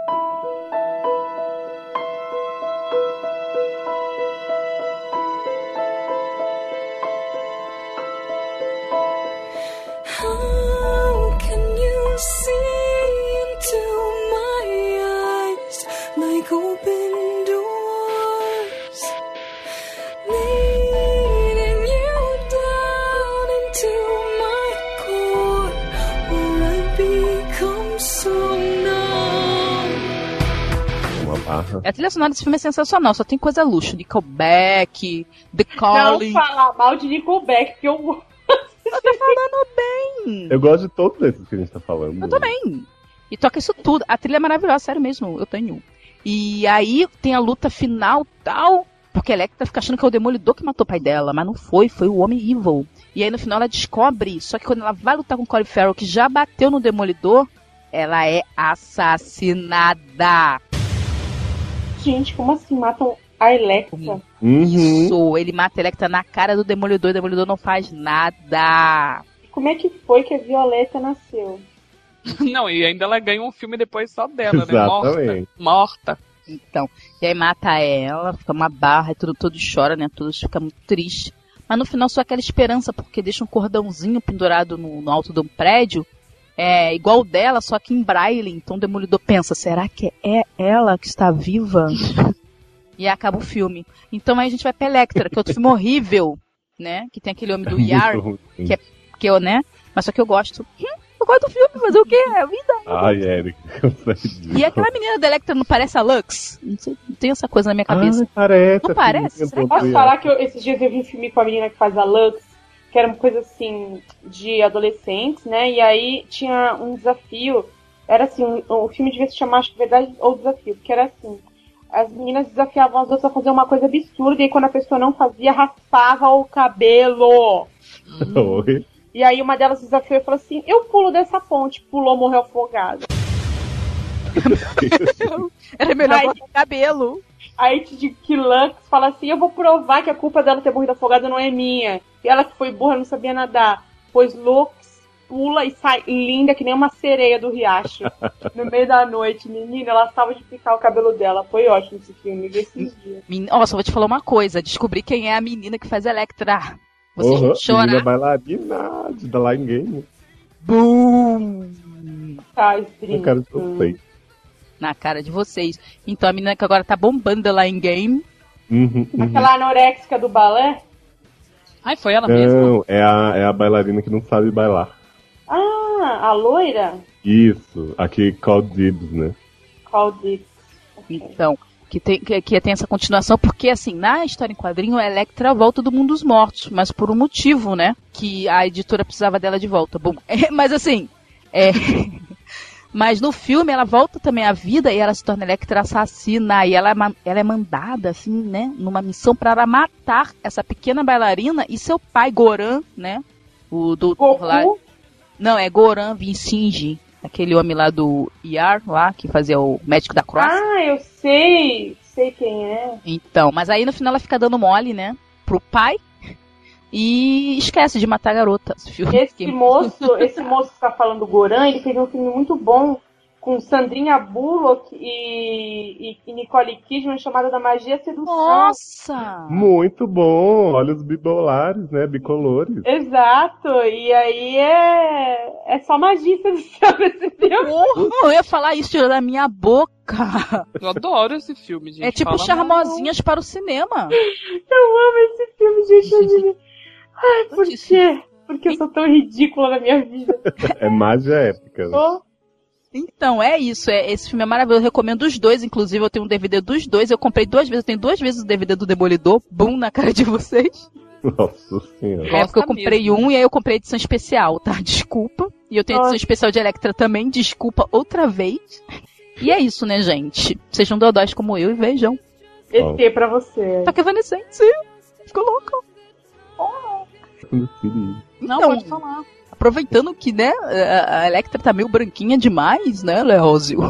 How can you see into my eyes like open doors, leading you down into my core, where I become so numb? Uma barra. A trilha sonora desse filme é sensacional, só tem coisa luxo. Nickelback, The Calling. Não falar mal de Nickelback, porque eu... Eu tô falando bem. Eu gosto de todos esses que a gente tá falando. Eu também. E toca isso tudo. A trilha é maravilhosa, sério mesmo. Eu tenho. E aí tem a luta final tal. Porque a Electra fica achando que é o Demolidor que matou o pai dela. Mas não foi, foi o Homem Evil. E aí no final ela descobre. Só que quando ela vai lutar com o Colin Farrell, que já bateu no Demolidor, ela é assassinada. Gente, como assim matam a Electra? Uhum. Isso, ele mata a Electra na cara do Demolidor. O Demolidor não faz nada. Como é que foi que a Violeta nasceu? Não, e ainda ela ganha um filme depois só dela, né? Morta. Exatamente. Morta. Então, e aí mata ela, fica uma barra, e tudo, todos choram, né? Todos ficam muito tristes. Mas no final só aquela esperança, porque deixa um cordãozinho pendurado no, no alto de um prédio, é igual o dela, só que em braille. Então o Demolidor pensa, será que é ela que está viva? E aí acaba o filme. Então aí a gente vai pra Electra, que é outro filme horrível, né? Que tem aquele homem do Yar, que é que eu, né? Mas só que eu gosto. Hum, eu gosto do filme, fazer o quê? É a vida. Ai, Eric. E aquela menina da Electra não parece a Lux? Não sei, não tem essa coisa na minha cabeça. Ai, parece. Não parece? Será que- Posso falar que eu, esses dias eu vi um filme com a menina que faz a Lux, que era uma coisa assim, de adolescentes, né? E aí tinha um desafio. Era assim, um, o filme devia se chamar, acho que Verdade ou Desafio, porque era assim. As meninas desafiavam as outras a fazer uma coisa absurda, e aí quando a pessoa não fazia, raspava o cabelo. Oi. E aí uma delas desafiou e falou assim, eu pulo dessa ponte. Pulou, morreu afogada. Era melhor Ai. cortar o cabelo. Aí de que Lux fala assim, eu vou provar que a culpa dela ter morrido afogada não é minha. E ela que foi burra, não sabia nadar. Pois Lux pula e sai linda que nem uma sereia do riacho. No meio da noite, menina, ela estava de picar o cabelo dela. Foi ótimo esse filme, vi esses dias. Men- Ó, só vou te falar uma coisa. Descobri quem é a menina que faz a Electra. Vocês Uhum. vão chorar. Menina bailarina de The Line Game. Boom! Tá, Na stream. cara de vocês. Na cara de vocês. Então a menina que agora tá bombando lá em game. Uhum, uhum. Aquela anoréxica do balé? Ai, foi ela mesma? Não, é a, é a bailarina que não sabe bailar. Ah, a loira? Isso, aqui Called Dibs, né? Qual Dix? Então, que tem, que, que tem essa continuação, porque assim, na história em quadrinho, a Electra volta do mundo dos mortos, mas por um motivo, né? Que a editora precisava dela de volta. Bom, é, mas assim, é... Mas no filme ela volta também à vida e ela se torna Electra assassina. E ela é, ma- ela é mandada, assim, né? Numa missão para matar essa pequena bailarina e seu pai, Goran, né? O doutor lá. Goku? Não, é Goran Vincingi. Aquele homem lá do Yar, lá, que fazia o médico da Croácia. Ah, eu sei. Sei quem é. Então, mas aí no final ela fica dando mole, né? Pro pai. E esquece de matar a garota. Esse filme Esse que- moço, esse moço que tá falando, Goran, ele fez um filme muito bom com Sandrinha Bullock e, e, e Nicole Kidman, chamado Da Magia e Sedução. Nossa! Muito bom, olhos bibolares, né? Bicolores. Exato, e aí é, é só magia e sedução nesse filme. Porra, eu ia falar isso tirando da minha boca. Eu adoro esse filme, gente. É tipo Fala Charmosinhas para o cinema. Eu amo esse filme, gente. Eu digo, ai, por quê? Porque eu sou tão ridícula na minha vida. É magia épica, né? Oh, Então, é isso. É, esse filme é maravilhoso. Eu recomendo os dois. Inclusive, eu tenho um D V D dos dois. Eu comprei duas vezes. Eu tenho duas vezes o D V D do Demolidor. Bum na cara de vocês. Nossa senhora. É porque eu comprei mesmo. um e aí eu comprei a edição especial, tá? Desculpa. E eu tenho a edição Nossa. especial de Electra também. Desculpa outra vez. E é isso, né, gente? Sejam dodóis como eu e vejam. E T pra você. Tá que evanescente. Ficou louco. No Siri. Não, Então, pode falar. aproveitando que, né, a a Electra tá meio branquinha demais, né, Leózio?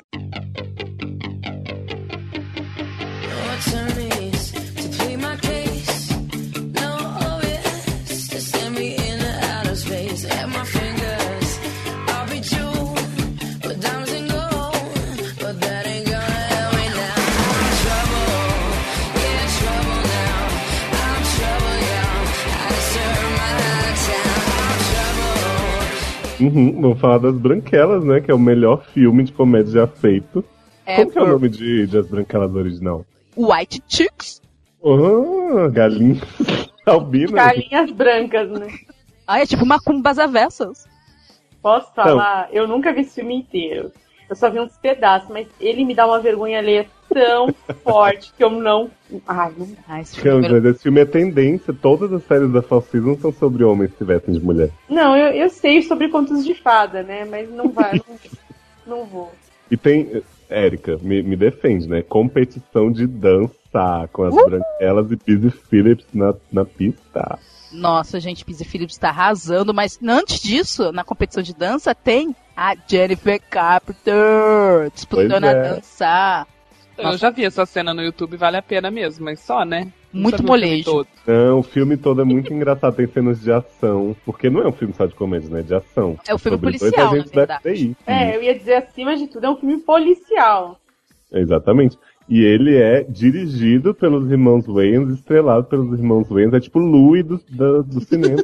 Uhum, vamos falar das Branquelas, né? Que é o melhor filme de comédia já feito. É, Como que é o por- nome de, de As Branquelas original? White Chicks. Oh, galinha albina. Galinhas brancas, né? Ah, é tipo Macumbas Avessas. Posso falar? Eu nunca vi esse filme inteiro. Eu só vi uns pedaços, mas ele me dá uma vergonha alheia tão forte que eu não. Ai, não. Ah, esse Não, filme é... mas esse filme é tendência. Todas as séries da Fall Season são sobre homens que vestem de mulher. Não, eu, eu sei sobre contos de fada, né? Mas não vai, não, não vou. E tem, Érica, me, me defende, né? Competição de dança com as Uh! Branquelas e Busy Phillips na, na pista. Nossa, gente, Pizzy Phillips tá arrasando, mas antes disso, na competição de dança, tem a Jennifer Carpenter disputando Pois a é. dança. Eu já vi essa cena no YouTube, vale a pena mesmo, mas só, né? Não Muito sabia o filme molejo. todo. Não, o filme todo é muito engraçado, tem cenas de ação. Porque não é um filme só de comédia, né? De ação. É um filme Sobre policial, dois agentes na da verdade. F B I. É, eu ia dizer, acima de tudo, é um filme policial. Exatamente. E ele é dirigido pelos irmãos Wayans, estrelado pelos irmãos Wayans. É tipo Louis do, do, do cinema.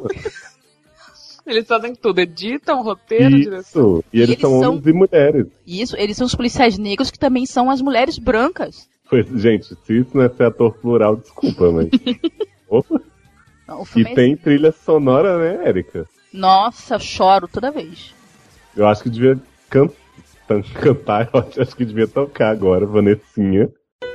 Eles fazem tudo, editam, roteiro, direção. Isso. E eles, eles são são- homens e mulheres. E isso, eles são os policiais negros que também são as mulheres brancas. Pois, gente, se isso não é ser ator plural, desculpa, mas... Opa. O E filme é- tem trilha sonora, né, Érica? Nossa, eu choro toda vez. Eu acho que devia can... tan- cantar, eu acho que devia tocar agora, Vanessinha.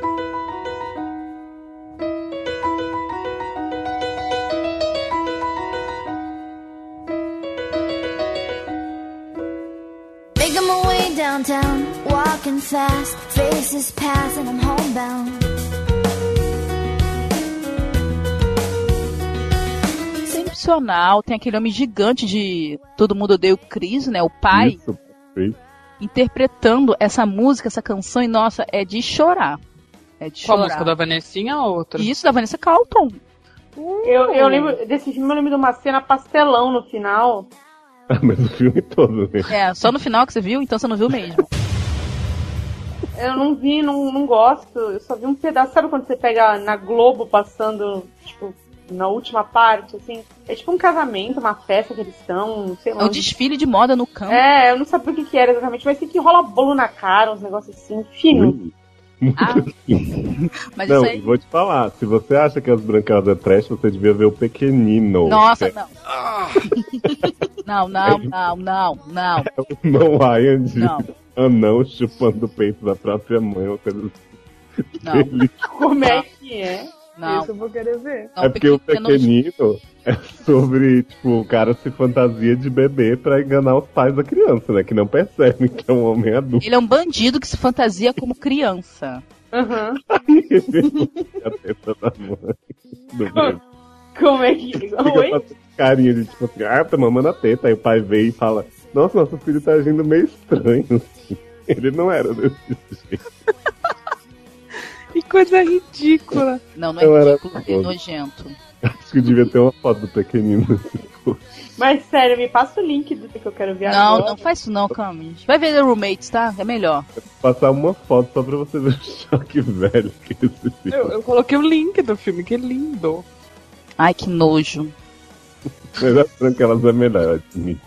Making my way downtown, walking fast, faces pass and I'm homebound. Excepcional. Tem aquele homem gigante de Todo Mundo Odeia o Chris, né? O pai, Isso, perfeito. interpretando essa música, essa canção, e nossa, é de chorar. É de Qual a chorar. música da Vanessinha ou outra? E isso da Vanessa Carlton. Eu, eu lembro desse filme, eu lembro de uma cena pastelão no final. Ah, mas o filme todo, né? É, só no final que você viu, então você não viu mesmo. Eu não vi, não, não gosto. Eu só vi um pedaço. Sabe quando você pega na Globo passando, tipo, na última parte, assim? É tipo um casamento, uma festa que eles estão, sei lá. É um desfile de moda no campo. É, eu não sabia o que que era exatamente, mas tem que rola bolo na cara, uns negócios assim, fino. Ui. Ah, mas Não, isso aí... vou te falar, se você acha que as Branquelas é trash, você devia ver o Pequenino. Nossa, que é não. Não, não, não, não, não. o Não Ryan de Não. anão chupando o peito da própria mãe. Uma coisa assim. Não. Ele- Como é que é? Não. Isso eu vou querer ver. Não, é porque o pequeno- Pequenino é sobre, tipo, o cara se fantasia de bebê pra enganar os pais da criança, né? Que não percebem que é um homem adulto. Ele é um bandido que se fantasia como criança. Uhum. A teta da mãe do bebê. Como é que. Fica Oi? fazendo carinha de tipo assim, ah, tá mamando a teta. Aí o pai vê e fala, nossa, nosso filho tá agindo meio estranho. assim. Ele não era desse jeito. Que coisa ridícula. Não, não é Eu era ridículo, é foda. nojento. Acho que devia ter uma foto do Pequenino nesse post. Mas sério, me passa o link do que eu quero ver Não, agora. não faz isso não, Camis. Vai ver The Roommates, tá? É melhor. Passar uma foto só pra você ver o choque velho que é esse filme. Eu, eu coloquei o link do filme, que lindo. Ai, que nojo. Mas a Branquelas é melhor, eu admito.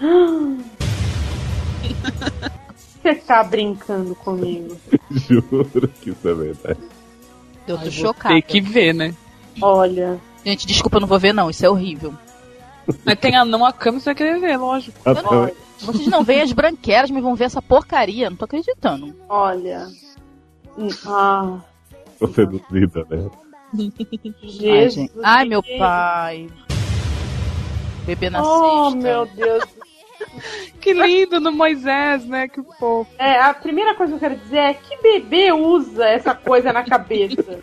Você tá brincando comigo. Juro que isso é verdade. Eu tô Ai, vou chocada. Tem que ver, né? Olha. Gente, desculpa, eu não vou ver não. Isso é horrível. Mas tem anão a cama, você vai querer ver, lógico. Ah, também. Vocês não veem as branquelas, mas vão ver essa porcaria. Não tô acreditando. Olha. Hum, Ah. Tô seduzida, né? Jesus. Ai, gente. Ai, meu que- pai. Bebê na Oh, cesta. meu Deus. Que lindo no Moisés, né? Que fofo. É, a primeira coisa que eu quero dizer é que bebê usa essa coisa na cabeça.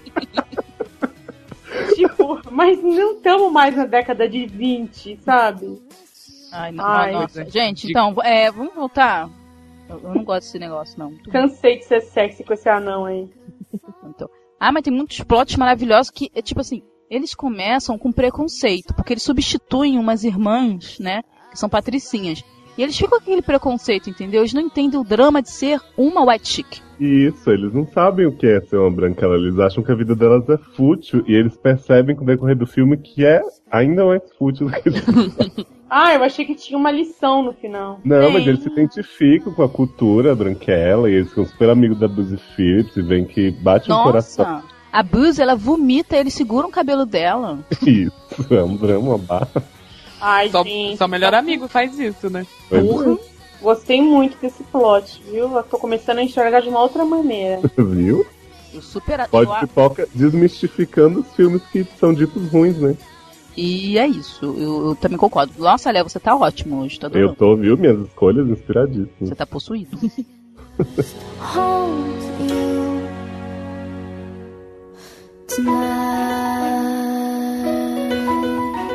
Tipo, mas não estamos mais na década de vinte, sabe? Ai, não, Ai. nossa. Gente, então, é, vamos voltar. Eu, eu não gosto desse negócio, não. Cansei de ser sexy com esse anão aí. Então. Ah, mas tem muitos plots maravilhosos que, é tipo assim, eles começam com preconceito, porque eles substituem umas irmãs, né, que são patricinhas. E eles ficam com aquele preconceito, entendeu? Eles não entendem o drama de ser uma white chick. Isso, eles não sabem o que é ser uma branquela. Eles acham que a vida delas é fútil e eles percebem com o decorrer do filme que é ainda mais fútil do que eles. Ah, eu achei que tinha uma lição no final. Não, Tem. mas eles se identificam com a cultura branquela e eles ficam super amigos da Buzzy Phillips e veem que bate um coração. Nossa, a Buzz, ela vomita, eles seguram o cabelo dela. Isso, é um drama, uma barra. Ai, Só, gente. só melhor amigo faz isso, né? Pois Porra. Gostei muito desse plot, viu? Eu tô começando a enxergar de uma outra maneira. é, viu? Eu super... Pode eu- pipoca desmistificando os filmes que são ditos ruins, né? E é isso, eu, eu também concordo. Nossa, Léo, você tá ótimo hoje, tá Eu adorando. tô, viu? Minhas escolhas inspiradíssimas. Você tá possuído. Hold you tonight.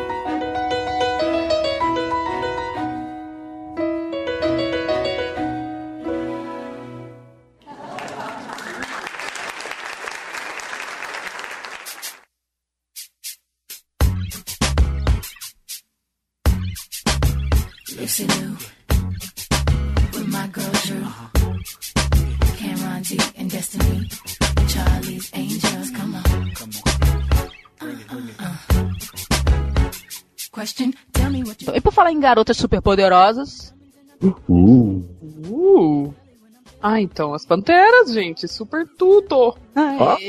Lucy Liu with my girl Drew, Cameron D and Destiny, Charlie's Angels. Come on, come on. Uh, uh. Question, tell me what you. E por falar em garotas superpoderosas, Uh, Uh! Ah, então, as Panteras, gente, super tudo! ah,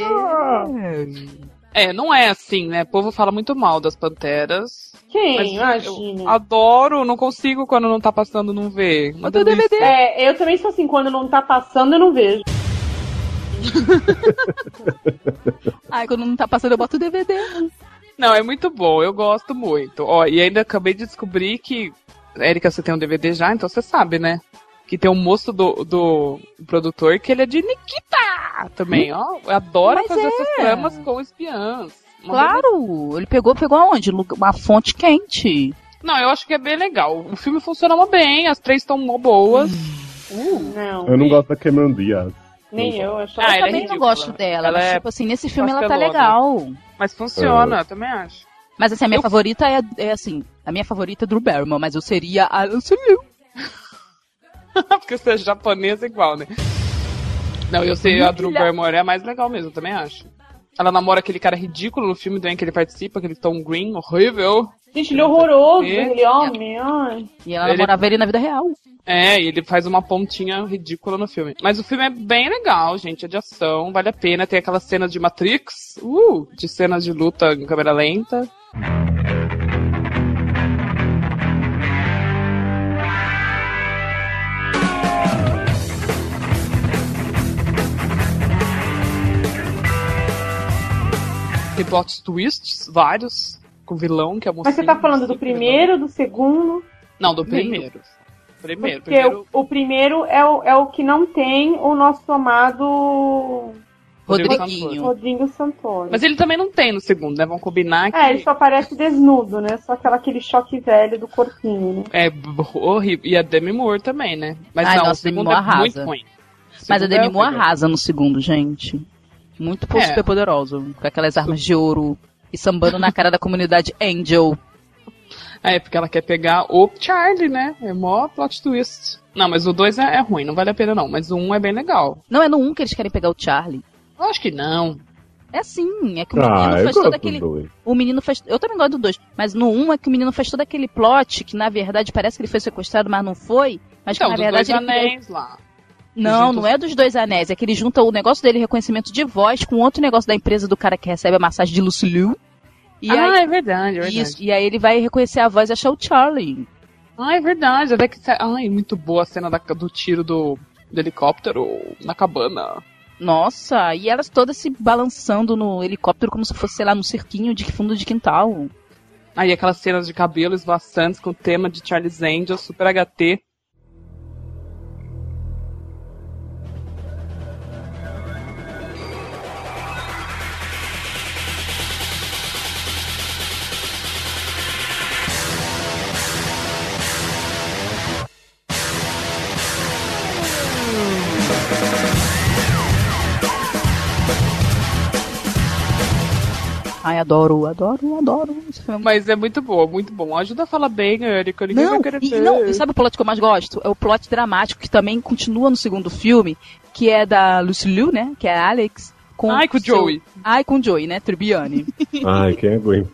É, não é assim, né? O povo fala muito mal das Panteras. Quem? Mas Imagina. eu adoro, não consigo quando não tá passando não ver. Uma Bota o D V D. delícia. É, eu também sou assim, quando não tá passando, eu não vejo. ai, quando não tá passando eu boto o D V D. Não, é muito bom, eu gosto muito. Ó, e ainda acabei de descobrir que, Érica, você tem um D V D já, então você sabe, né? Que tem um moço do, do produtor que ele é de Nikita também, ó. Adora Mas fazer é. essas tramas com espiãs. Uma Claro, ele pegou, pegou aonde? Lu- Uma fonte quente. Não, eu acho que é bem legal. O filme funcionava bem, as três estão mó boas. Não, eu não gosto da Cameron Diaz. nem eu. Eu só Ah, eu ela é também não ridícula. gosto dela, Ela mas é tipo assim, nesse filme ela tá pastelona. legal. Mas funciona, eu também acho. Mas assim, a minha Eu- favorita é, é assim, a minha favorita é Drew Barrymore, mas eu seria a Lucy Liu. Porque você é japonesa igual, né? Não, eu sei, a Drew Barrymore é a mais legal mesmo, eu também acho. Ela namora aquele cara ridículo no filme também que ele participa, aquele Tom Green, horrível. Gente, ele é horroroso, É. aquele homem. Ai. E ela Ele- namorava ele na vida real. É, e ele faz uma pontinha ridícula no filme. Mas o filme é bem legal, gente, é de ação, vale a pena. Tem aquelas cenas de Matrix, uh, de cenas de luta em câmera lenta. Tem plot twists, vários, com vilão, que é a mocinha. Mas você tá falando do primeiro, do segundo? Não, do primeiro. Primeiro, Porque primeiro. o, o primeiro é o, é o que não tem o nosso amado Rodrigo Rodriguinho. Santoro. Rodrigo Santoro. Mas ele também não tem no segundo, né? Vamos combinar que É, ele só parece desnudo, né? Só aquela, aquele choque velho do corpinho, né? é b- horrível. E a Demi Moore também, né? Mas Ai, não, nossa, o segundo Demi Moore é muito arrasa. ruim. O Mas a segundo Demi é Moore horrível. arrasa no segundo, gente. Muito pouco É. super poderoso. Com aquelas armas de ouro e sambando na cara da comunidade Angel. É, porque ela quer pegar o Charlie, né? É mó plot twist. Não, mas o dois é, é ruim, não vale a pena não. Mas o um é bem legal. Não é no um que eles querem pegar o Charlie. Eu acho que não. É sim, é que o menino Ah, eu faz gosto todo dos aquele. dois. O menino faz. Eu também gosto do dois. Mas no um é que o menino faz todo aquele plot que na verdade parece que ele foi sequestrado, mas não foi. Mas Então, que na dos verdade dois ele. anéis lá. Não, junta não os- é dos dois anéis. É que ele junta o negócio dele, reconhecimento de voz, com outro negócio da empresa do cara que recebe a massagem de Lucy Liu. E ah, aí, é verdade, é verdade. isso, e aí ele vai reconhecer a voz e achar o Charlie. Ah, é verdade. Até que... Ai, muito boa a cena da- do tiro do, do helicóptero na cabana. Nossa, e elas todas se balançando no helicóptero como se fosse, sei lá, num cirquinho de fundo de quintal. Aí aquelas cenas de cabelo esvoaçantes com o tema de Charlie's Angels, super H T. Ai, adoro, adoro, adoro esse filme. Mas é muito bom, muito bom. Ajuda a falar bem, Erika. Ninguém Não, vai querer e, ver. não, e sabe o plot que eu mais gosto? É o plot dramático, que também continua no segundo filme, que é da Lucy Liu, né? Que é a Alex. Com Ai, com o seu- Joey. Ai, com o Joey, né? Tribbiani. Ai, quem aguenta?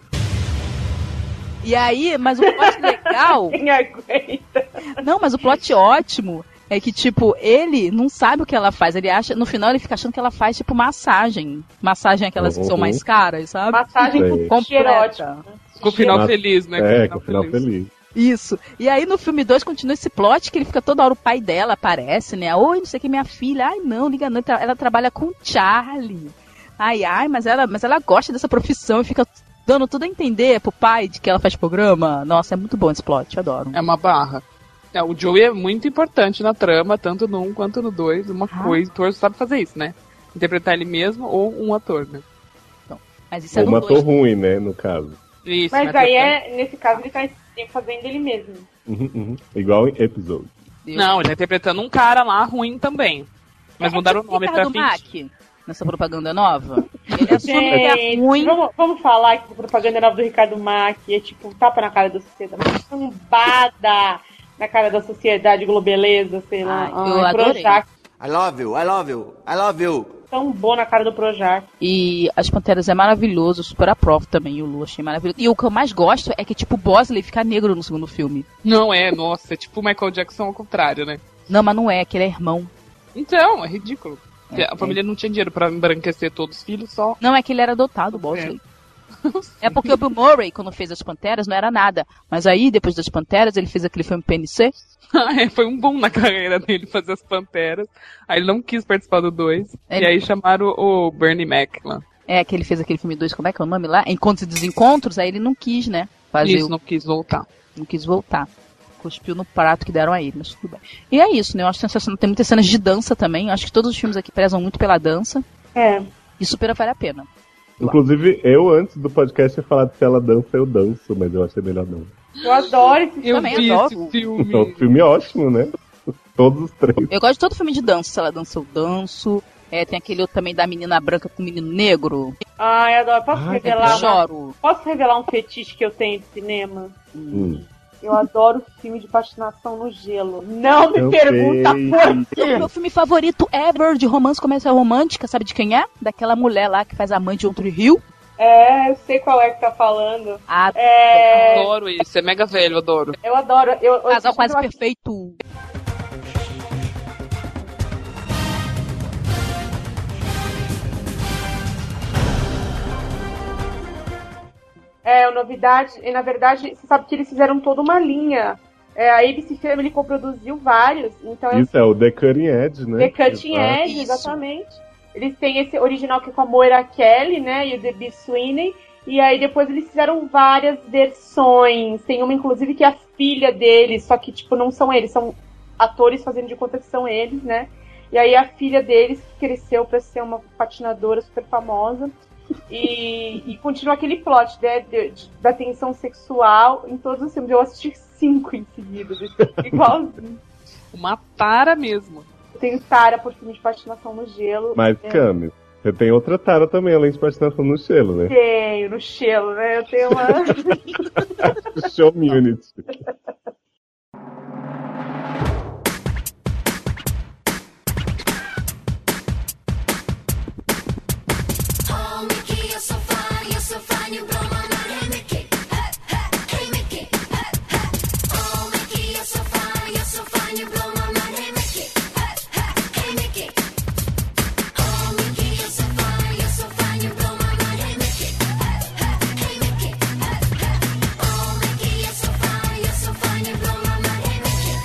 E aí, mas o plot legal... Quem aguenta? Não, mas o plot ótimo é que, tipo, ele não sabe o que ela faz. Ele acha, no final ele fica achando que ela faz, tipo, massagem. Massagem aquelas que são Uhum. mais caras, sabe? Massagem Sei. com cheirótica. Completa. Com o final Mas- feliz, né? É, com o final feliz. Isso. E aí no filme dois continua esse plot que ele fica toda hora, o pai dela aparece, né? Oi, não sei o que, minha filha. Ai, não, liga não. Ela trabalha com o Charlie. Ai, ai, mas ela, mas ela gosta dessa profissão e fica dando tudo a entender pro pai de que ela faz programa. Nossa, é muito bom esse plot, eu adoro. É uma barra. É, o Joey é muito importante na trama, tanto no um quanto no dois. Uma Ah. coisa, o ator sabe fazer isso, né? Interpretar ele mesmo ou um ator, né? Mas isso é Ou no matou dois. ruim, né, no caso. Isso, Mas né, aí interpretar- é, nesse caso, ele tá fazendo ele mesmo. Uhum, uhum. Igual em episódio. Não, ele tá interpretando um cara lá ruim também. Mas mudaram o nome Cara pra do fingir. Mac, nessa propaganda nova. Ele assume que é Gente, ruim. vamos, vamos falar que a propaganda nova do Ricardo Mack é tipo um tapa na cara da sociedade, uma cambada na cara da sociedade, globeleza, sei lá. Ai, eu adorei. Projac, I love you, I love you, I love you. tão bom na cara do Projac. E As Panteras é maravilhoso, super aprovo também, o Lu achei maravilhoso. E o que eu mais gosto é que, tipo, o Bosley fica negro no segundo filme. Não é, nossa, é tipo o Michael Jackson ao contrário, né? Não, mas não é, que ele é irmão. Então, é ridículo. Porque É, a família não tinha dinheiro pra embranquecer todos os filhos, só. Não, é que ele era adotado, o Bosley. É porque o Bill Murray, quando fez As Panteras, não era nada. Mas aí, depois das Panteras, ele fez aquele filme P N C. Ah, é, foi um boom na carreira dele fazer as Panteras. Aí ele não quis participar do dois. Ele- E aí chamaram o Bernie Mac lá. É, que ele fez aquele filme dois, como é que é o nome lá? Encontros e Desencontros, aí ele não quis, né? Fazer Isso, o- não quis voltar. não quis voltar. Cuspiu no prato que deram a ele, mas tudo bem. E é isso, né? Eu acho sensacional. Tem muitas cenas de dança também. Acho que todos os filmes aqui prezam muito pela dança. É. E super vale a pena. Inclusive, eu, antes do podcast, ia falar de se ela dança, eu danço, mas eu achei melhor não. Eu adoro esse filme. Eu também vi adoro. esse filme. É um filme ótimo, né? Todos os três. Eu gosto de todo filme de dança. Se ela dança, eu danço. É, tem aquele outro também da menina branca com o menino negro. Ai, adoro. Posso Ai, Eu revelar? uma- choro. Posso revelar um fetiche que eu tenho de cinema? Hum. Eu adoro filme de patinação no gelo. Não me Eu pergunta sei. por quê. Meu filme favorito ever de romance comercial romântica, sabe de quem é? Daquela mulher lá que faz a mãe de outro rio. É, eu sei qual é que tá falando. A É, Adoro isso, é mega velho, adoro. eu adoro. Eu, eu, casal eu, quase eu- perfeito. É, novidade. E na verdade, você sabe que eles fizeram toda uma linha. É, a A B C Family coproduziu vários. Então é Isso é o The Cutting Edge, né? The Cutting Exato. Edge, exatamente. Eles têm esse original que é com a Moira Kelly, né? E o Debbie Sweeney. E aí depois eles fizeram várias versões. Tem uma, inclusive, que é a filha deles, só que, tipo, não são eles, são atores fazendo de conta que são eles, né? E aí a filha deles que cresceu pra ser uma patinadora super famosa. E, e continua aquele plot, né, de- de- da tensão sexual em todos os filmes. Eu assisti cinco em seguida, igualzinho. Uma tara mesmo. Eu tenho tara por filme de patinação no gelo. Mas, É. Camis, você tem outra tara também, além de patinação no gelo, né? Tenho, no gelo, né? Eu tenho uma. Showmunity. Oh, Mickey, you're so fine, you're so fine, you blow my mind. Hey, Mickey, hey, hey, hey, Mickey, hey, hey. Oh, Mickey, you're so fine, you're so fine, you blow my mind. Hey, Mickey, hey, hey, hey, Mickey. Oh, Mickey, you're so fine, you're so fine, you blow my mind. Hey, Mickey, hey, hey, hey, Mickey, hey, hey. Oh, Mickey, you're so fine, you're so fine, you blow my mind. Hey, Mickey,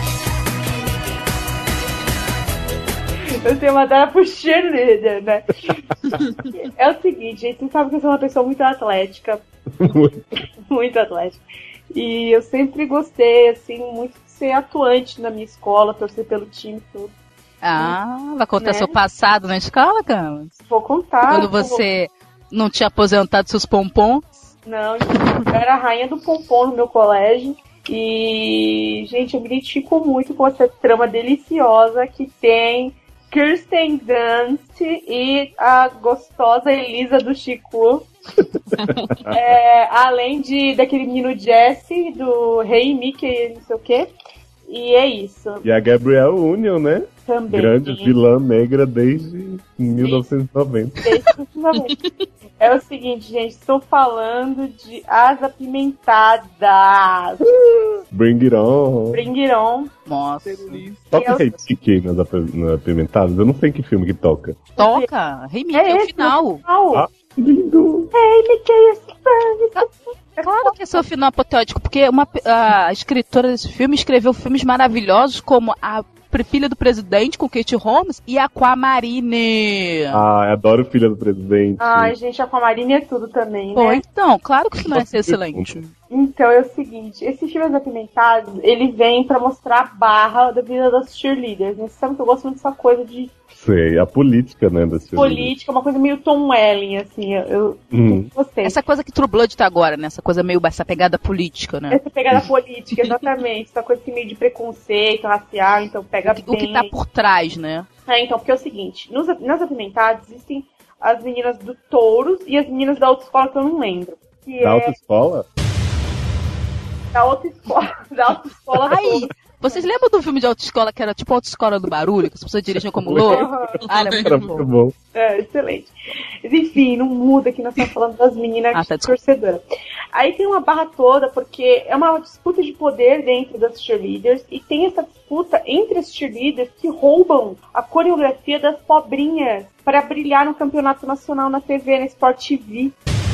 hey, hey, hey, Mickey. Eu tenho uma tara pro cheerleader, né? É o seguinte, gente, você sabe que eu sou uma pessoa muito atlética. Muito atlética. E eu sempre gostei, assim, muito de ser atuante na minha escola, torcer pelo time e tudo. Ah, vai contar Né? seu passado na escola, cara? Vou contar. Quando você não tinha aposentado seus pompons. Não, eu era a rainha do pompom no meu colégio. E, gente, eu me identifico muito com essa trama deliciosa que tem Kirsten Dunst e a gostosa Elisa do Chico. É, além de daquele menino Jesse, do Rei Mickey, não sei o quê. E é isso. E a Gabrielle Union, né? Também. Grande vilã negra desde mil novecentos e noventa. Desde mil novecentos e noventa. É o seguinte, gente, estou falando de As Apimentadas. Bring It On. Bring It On. Nossa. Toca Eu- Rei Mickey nas Ap- nas Apimentadas? Eu não sei em que filme que toca. Toca. Rei Mickey, É é o esse, final. Ah, que lindo. Hey, Mickey, Claro que esse é o final apoteótico, porque uma, a escritora desse filme escreveu filmes maravilhosos como A Filha do Presidente, com Kate Holmes, e Aquamarine. Ah, eu adoro Filha do Presidente. Ai, gente, a Aquamarine é tudo também, Pô, né? então, claro que o final ia ser excelente. Então é o seguinte, esse filme As Apimentadas, ele vem pra mostrar a barra da vida das cheerleaders, né? Você sabe que eu gosto muito dessa coisa de Sei, a política, né, desse filme. política, uma coisa meio Tom Welling, assim, eu, eu Hum. gostei. Essa coisa que True Blood tá agora, né? Essa coisa meio, essa pegada política, né? Essa pegada política, exatamente, essa coisa assim, meio de preconceito racial, então pega O que, o que tá por trás, né? É, então, porque é o seguinte, nos, nas Apimentadas existem as meninas do Touros e as meninas da outra escola que eu não lembro. Que Da é autoescola? da outra escola, da outra escola Ai, Touros. vocês lembram do filme de autoescola que era tipo autoescola do barulho, que as pessoas dirigiam como louco? Ah, era Era muito muito bom. bom. É, excelente. Mas enfim, não muda que nós estamos falando das meninas Ah, tá, desculpa. torcedoras. Aí tem uma barra toda, porque é uma disputa de poder dentro das cheerleaders, e tem essa disputa entre as cheerleaders que roubam a coreografia das pobrinhas para brilhar no campeonato nacional na T V, na Sport T V.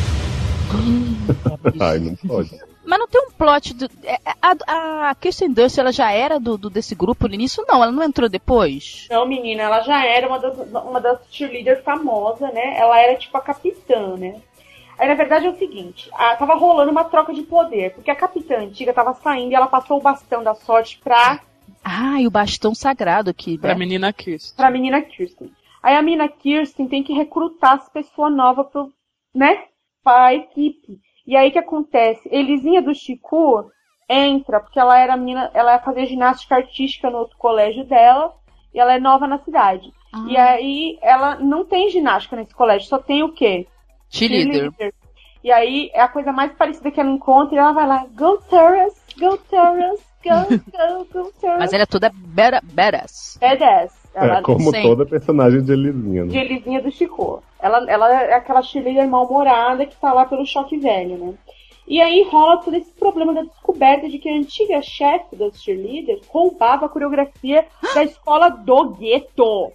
Ai, não pode. Mas não tem um plot. Do, é, a, a Kirsten Dunst, ela já era do, do- desse grupo no início? Não, ela não entrou depois? Não, menina, ela já era uma das, uma das cheerleaders famosas, né? Ela era tipo a capitã, né? Aí, na verdade, é o seguinte, a, tava rolando uma troca de poder, porque a capitã antiga tava saindo e ela passou o bastão da sorte pra, Ah, e o bastão sagrado aqui. Pra né? menina Kirsten. pra menina Kirsten. Aí a menina Kirsten tem que recrutar as pessoas novas pro, né? Pra equipe. E aí o que acontece? Elisinha do Chico entra, porque ela era menina, ela ia fazer ginástica artística no outro colégio dela, e ela é nova na cidade. Ah. E aí ela não tem ginástica nesse colégio, só tem o quê? Cheerleader. E aí é a coisa mais parecida que ela encontra, e ela vai lá, go Taurus, go Taurus, go, go, go Taurus. Mas ela é toda bera, badass. Badass. Ela É, como Sim. toda personagem de Elisinha, de né? Elisinha do Chico. Ela, ela é aquela cheerleader mal-humorada que tá lá pelo choque velho, né? E aí rola todo esse problema da descoberta de que a antiga chefe das cheerleaders roubava a coreografia da escola do gueto.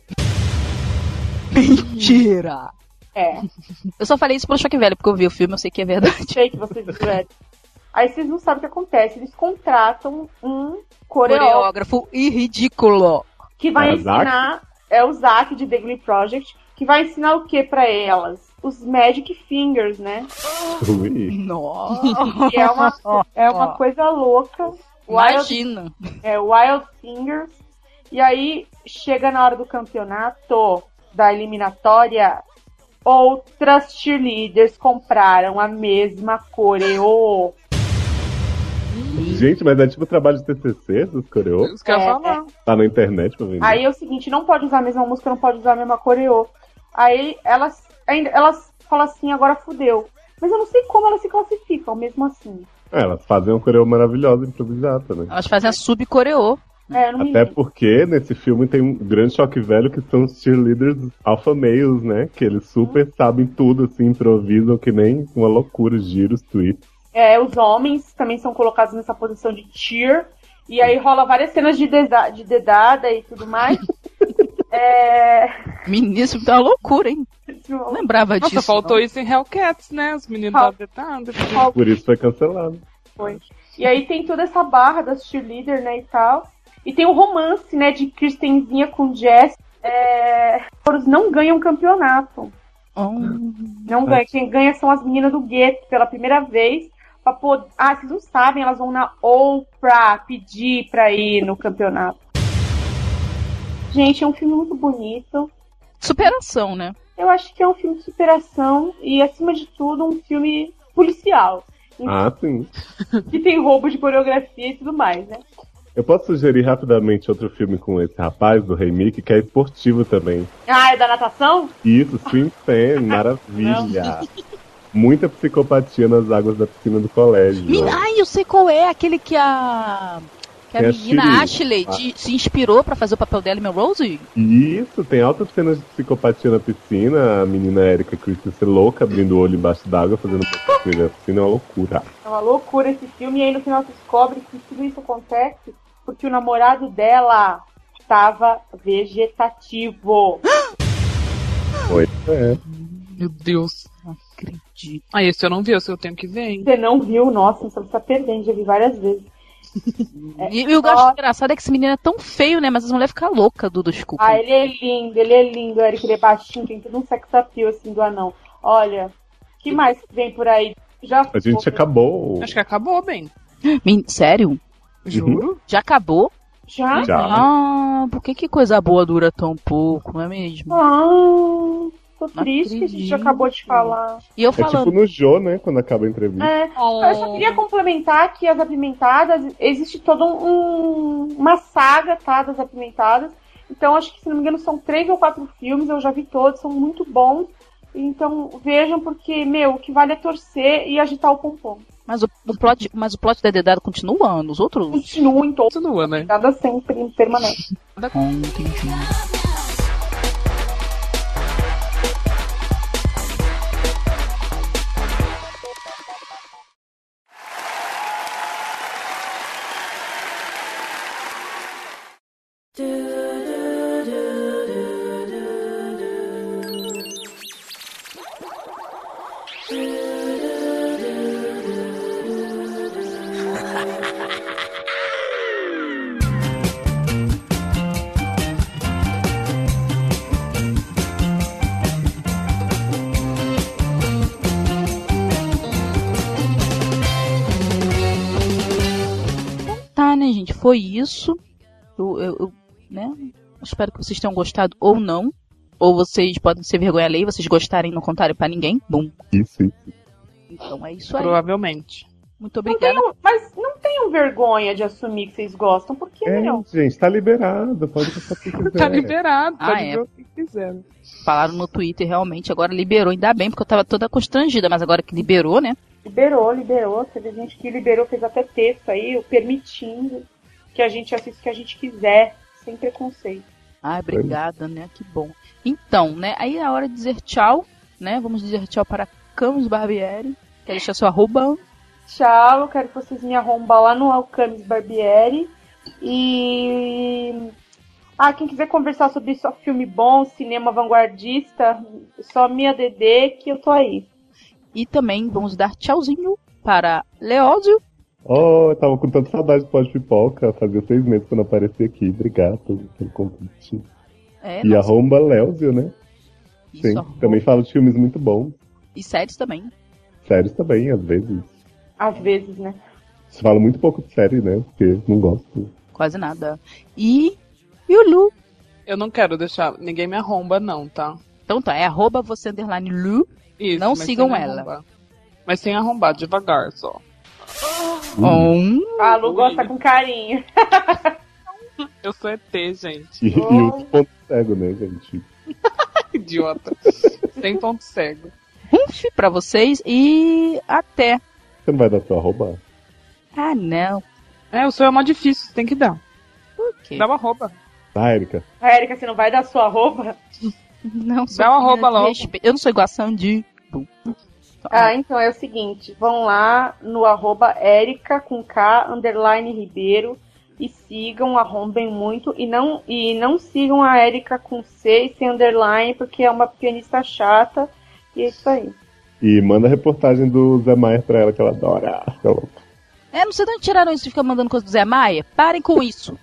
Mentira! É, Eu só falei isso pelo choque velho, porque eu vi o filme, eu sei que é verdade. sei que vocês fizeram. Aí vocês não sabem o que acontece. Eles contratam um coreógrafo Coreógrafo e ridículo. que vai É o ensinar... É o Zack de The Glee Project, que vai ensinar o que pra elas? Os Magic Fingers, né? Ui. Nossa! Que é uma, é uma coisa louca. Wild, Imagina! é, Wild Fingers. E aí, chega na hora do campeonato, da eliminatória, outras cheerleaders compraram a mesma coreo. Gente, mas é tipo trabalho de T C C dos coreô? Isso que eu ia É, falar. Tá na internet pra vender. Aí é o seguinte, não pode usar a mesma música, não pode usar a mesma coreo. Aí elas, ainda, elas falam assim, agora fudeu. Mas eu não sei como elas se classificam, mesmo assim. É, elas fazem uma coreô maravilhosa, improvisada, né? Elas fazem a sub-coreô. É, eu não me Até lembro. porque nesse filme tem um grande choque velho que são os cheerleaders alpha males, né? Que eles super sabem tudo, assim, improvisam que nem uma loucura, giros, tweets. É, os homens também são colocados nessa posição de cheer. E aí rola várias cenas de, deda de dedada e tudo mais. é... Menino, isso é uma loucura, hein? Não lembrava Nossa, disso. faltou não. isso em Hellcats, né? Os meninos Fal- da detada. Por isso foi cancelado. Foi. E aí tem toda essa barra das cheerleader, né, e tal. E tem o romance, né, de Kirstenzinha com Jess. É... Eles não ganham campeonato. Hum. Não ganha. Quem ganha são as meninas do gueto pela primeira vez. Pra poder... Ah, vocês não sabem, elas vão na Oprah pedir pra ir no campeonato. Gente, é um filme muito bonito. Superação, né? Eu acho que é um filme de superação e, acima de tudo, um filme policial. Ah, sim. Que tem roubo de coreografia e tudo mais, né? Eu posso sugerir rapidamente outro filme com esse rapaz do Rei Mickey, que é esportivo também. Ah, é da natação? Isso, Swim Fan, maravilha. muita psicopatia nas águas da piscina do colégio. Min- Ai, eu sei qual é, aquele que a. Que a É a menina Shirley. Ashley Ah. de- se inspirou pra fazer o papel dela em Melrose? Isso, tem altas cenas de psicopatia na piscina. A menina Erika Christensen louca, abrindo o olho embaixo d'água, fazendo uma na piscina, é uma loucura. É uma loucura esse filme, e aí no final se descobre que tudo isso acontece porque o namorado dela estava vegetativo. Foi. É. Meu Deus. Não acredito. Ah, esse eu não vi, esse eu tenho que ver, hein? Você não viu? Nossa, você está perdendo, já vi várias vezes. E, e o que eu acho engraçado é que esse menino é tão feio, né? Mas as mulheres ficam loucas do desculpa. Ah, ele é lindo, ele é lindo, Eric, ele é baixinho, tem todo um sex appeal assim do anão. Olha, que mais que vem por aí? Já A gente foi. acabou. Acho que acabou bem. Men- Sério? Juro. Já acabou? Já? Já. Ah, por que, que coisa boa dura tão pouco, não é mesmo? Ah, tô Não triste que a gente acredito. acabou de falar. E eu É falando. tipo no Jô, né? Quando acaba a entrevista. É, eu só queria complementar que as Apimentadas, existe toda um, uma saga, tá, das Apimentadas. Então, acho que, se não me engano, são três ou quatro filmes, eu já vi todos, são muito bons. Então, vejam, porque, meu, o que vale é torcer e agitar o pompom. Mas o, o plot, mas o plot da Dedado continua nos outros? Continua em todos. Continua, né? Nada sempre permanente. Tá, né, gente? Foi isso. Eu, eu, eu, né? Espero que vocês tenham gostado ou não. Ou vocês podem ser vergonha alheia, vocês gostarem e não contarem pra ninguém. Bum. Isso, isso. Então é isso aí. Provavelmente. Muito Não obrigada. tenham, mas não tenham vergonha de assumir que vocês gostam, porque, É, meu, gente, tá liberado. Pode passar o que quiser. Tá liberado, Ah, pode é. ver o que quiser. Falaram no Twitter, realmente, agora liberou. Ainda bem, porque eu tava toda constrangida, mas agora que liberou, né? liberou, liberou. Teve gente que liberou, fez até texto aí, permitindo que a gente assista o que a gente quiser, sem preconceito. Ai, obrigada, né? Que bom. Então, né? Aí é a hora de dizer tchau, né? Vamos dizer tchau para Camis Barbieri. Quer deixar seu arroba? Tchau, eu quero que vocês me arrombam lá no Alcamis Barbieri. E... Ah, quem quiser conversar sobre só filme bom, cinema vanguardista, só minha D D, que eu tô aí. E também vamos dar tchauzinho para Leózio. Oh, eu tava com tanta saudade do Pode Pipoca. Fazia seis meses que eu não apareci aqui. Obrigado pelo convite. É, E nossa, arromba Léozio, né? isso, Sim. arroba. Também falo de filmes muito bons. E séries também. Séries também, às vezes. Às vezes, né? Você fala muito pouco de série, né? Porque não gosto. Quase nada. E... E o Lu. Eu não quero deixar ninguém me arromba, não, tá? Então tá, é arroba você underline Lu. Isso, Não mas sigam sem ela. arrombar. Mas sem arrombar, devagar só. Hum. A Lu gosta com carinho. Eu sou E T, gente. E, e o ponto cego, né, gente? Idiota. Sem ponto cego. Ruf pra vocês e até. Você não vai dar seu arroba? Ah, não. É, o seu é mó difícil, tem que dar. Por quê? Dá uma roupa. Ah, Erika. A Erika, você não vai dar sua roupa? Não, sou Dá uma filha roupa de logo. respeito. Eu não sou igual a Sandy. Bum. Ah, então é o seguinte, vão lá no arroba Erika com K, underline Ribeiro, e sigam, arrombem muito, e não, e não sigam a Erika com C e sem underline, porque é uma pianista chata, e é isso aí. E manda a reportagem do Zé Maier pra ela, que ela adora. Fica louca. É, não sei de onde tiraram isso de ficar mandando coisa do Zé Maia. Parem com isso.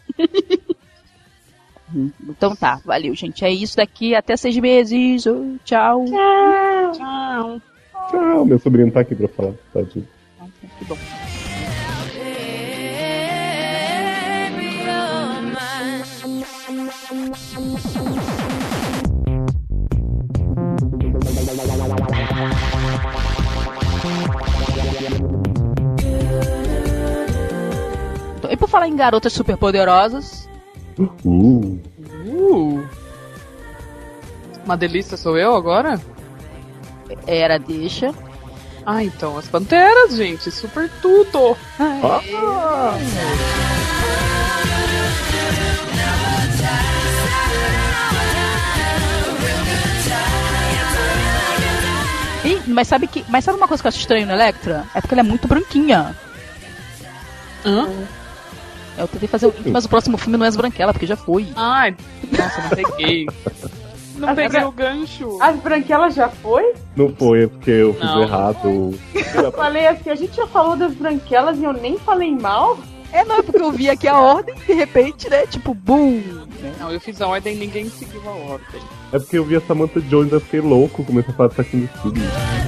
Então tá, valeu, gente. É isso daqui. Até seis meses. Oh, tchau. Tchau. Tchau. Tchau, meu sobrinho tá aqui pra falar. Tadinho. Que bom. Então, e por falar em garotas superpoderosas, Uh, Uh. Uma delícia sou eu agora? era deixa. Ah, então, as Panteras, gente, super tudo. Ah! Ih, mas sabe que, mas sabe uma coisa que eu acho estranho no Electra? É porque ela é muito branquinha. Hã? Eu tentei fazer o mas o próximo filme não é as branquelas, porque já foi. Ai, nossa, não peguei. Não As peguei bran- o gancho. As branquelas já foi? Não foi, é porque eu fiz Não. errado. Eu falei assim, a gente já falou das branquelas e eu nem falei mal? É, não, é porque eu vi aqui a ordem e de repente, né, tipo, boom. Né? Não, eu fiz a ordem e ninguém seguiu a ordem. É porque eu vi a Samantha Jones, eu fiquei louco, comecei a falar Sex and the City.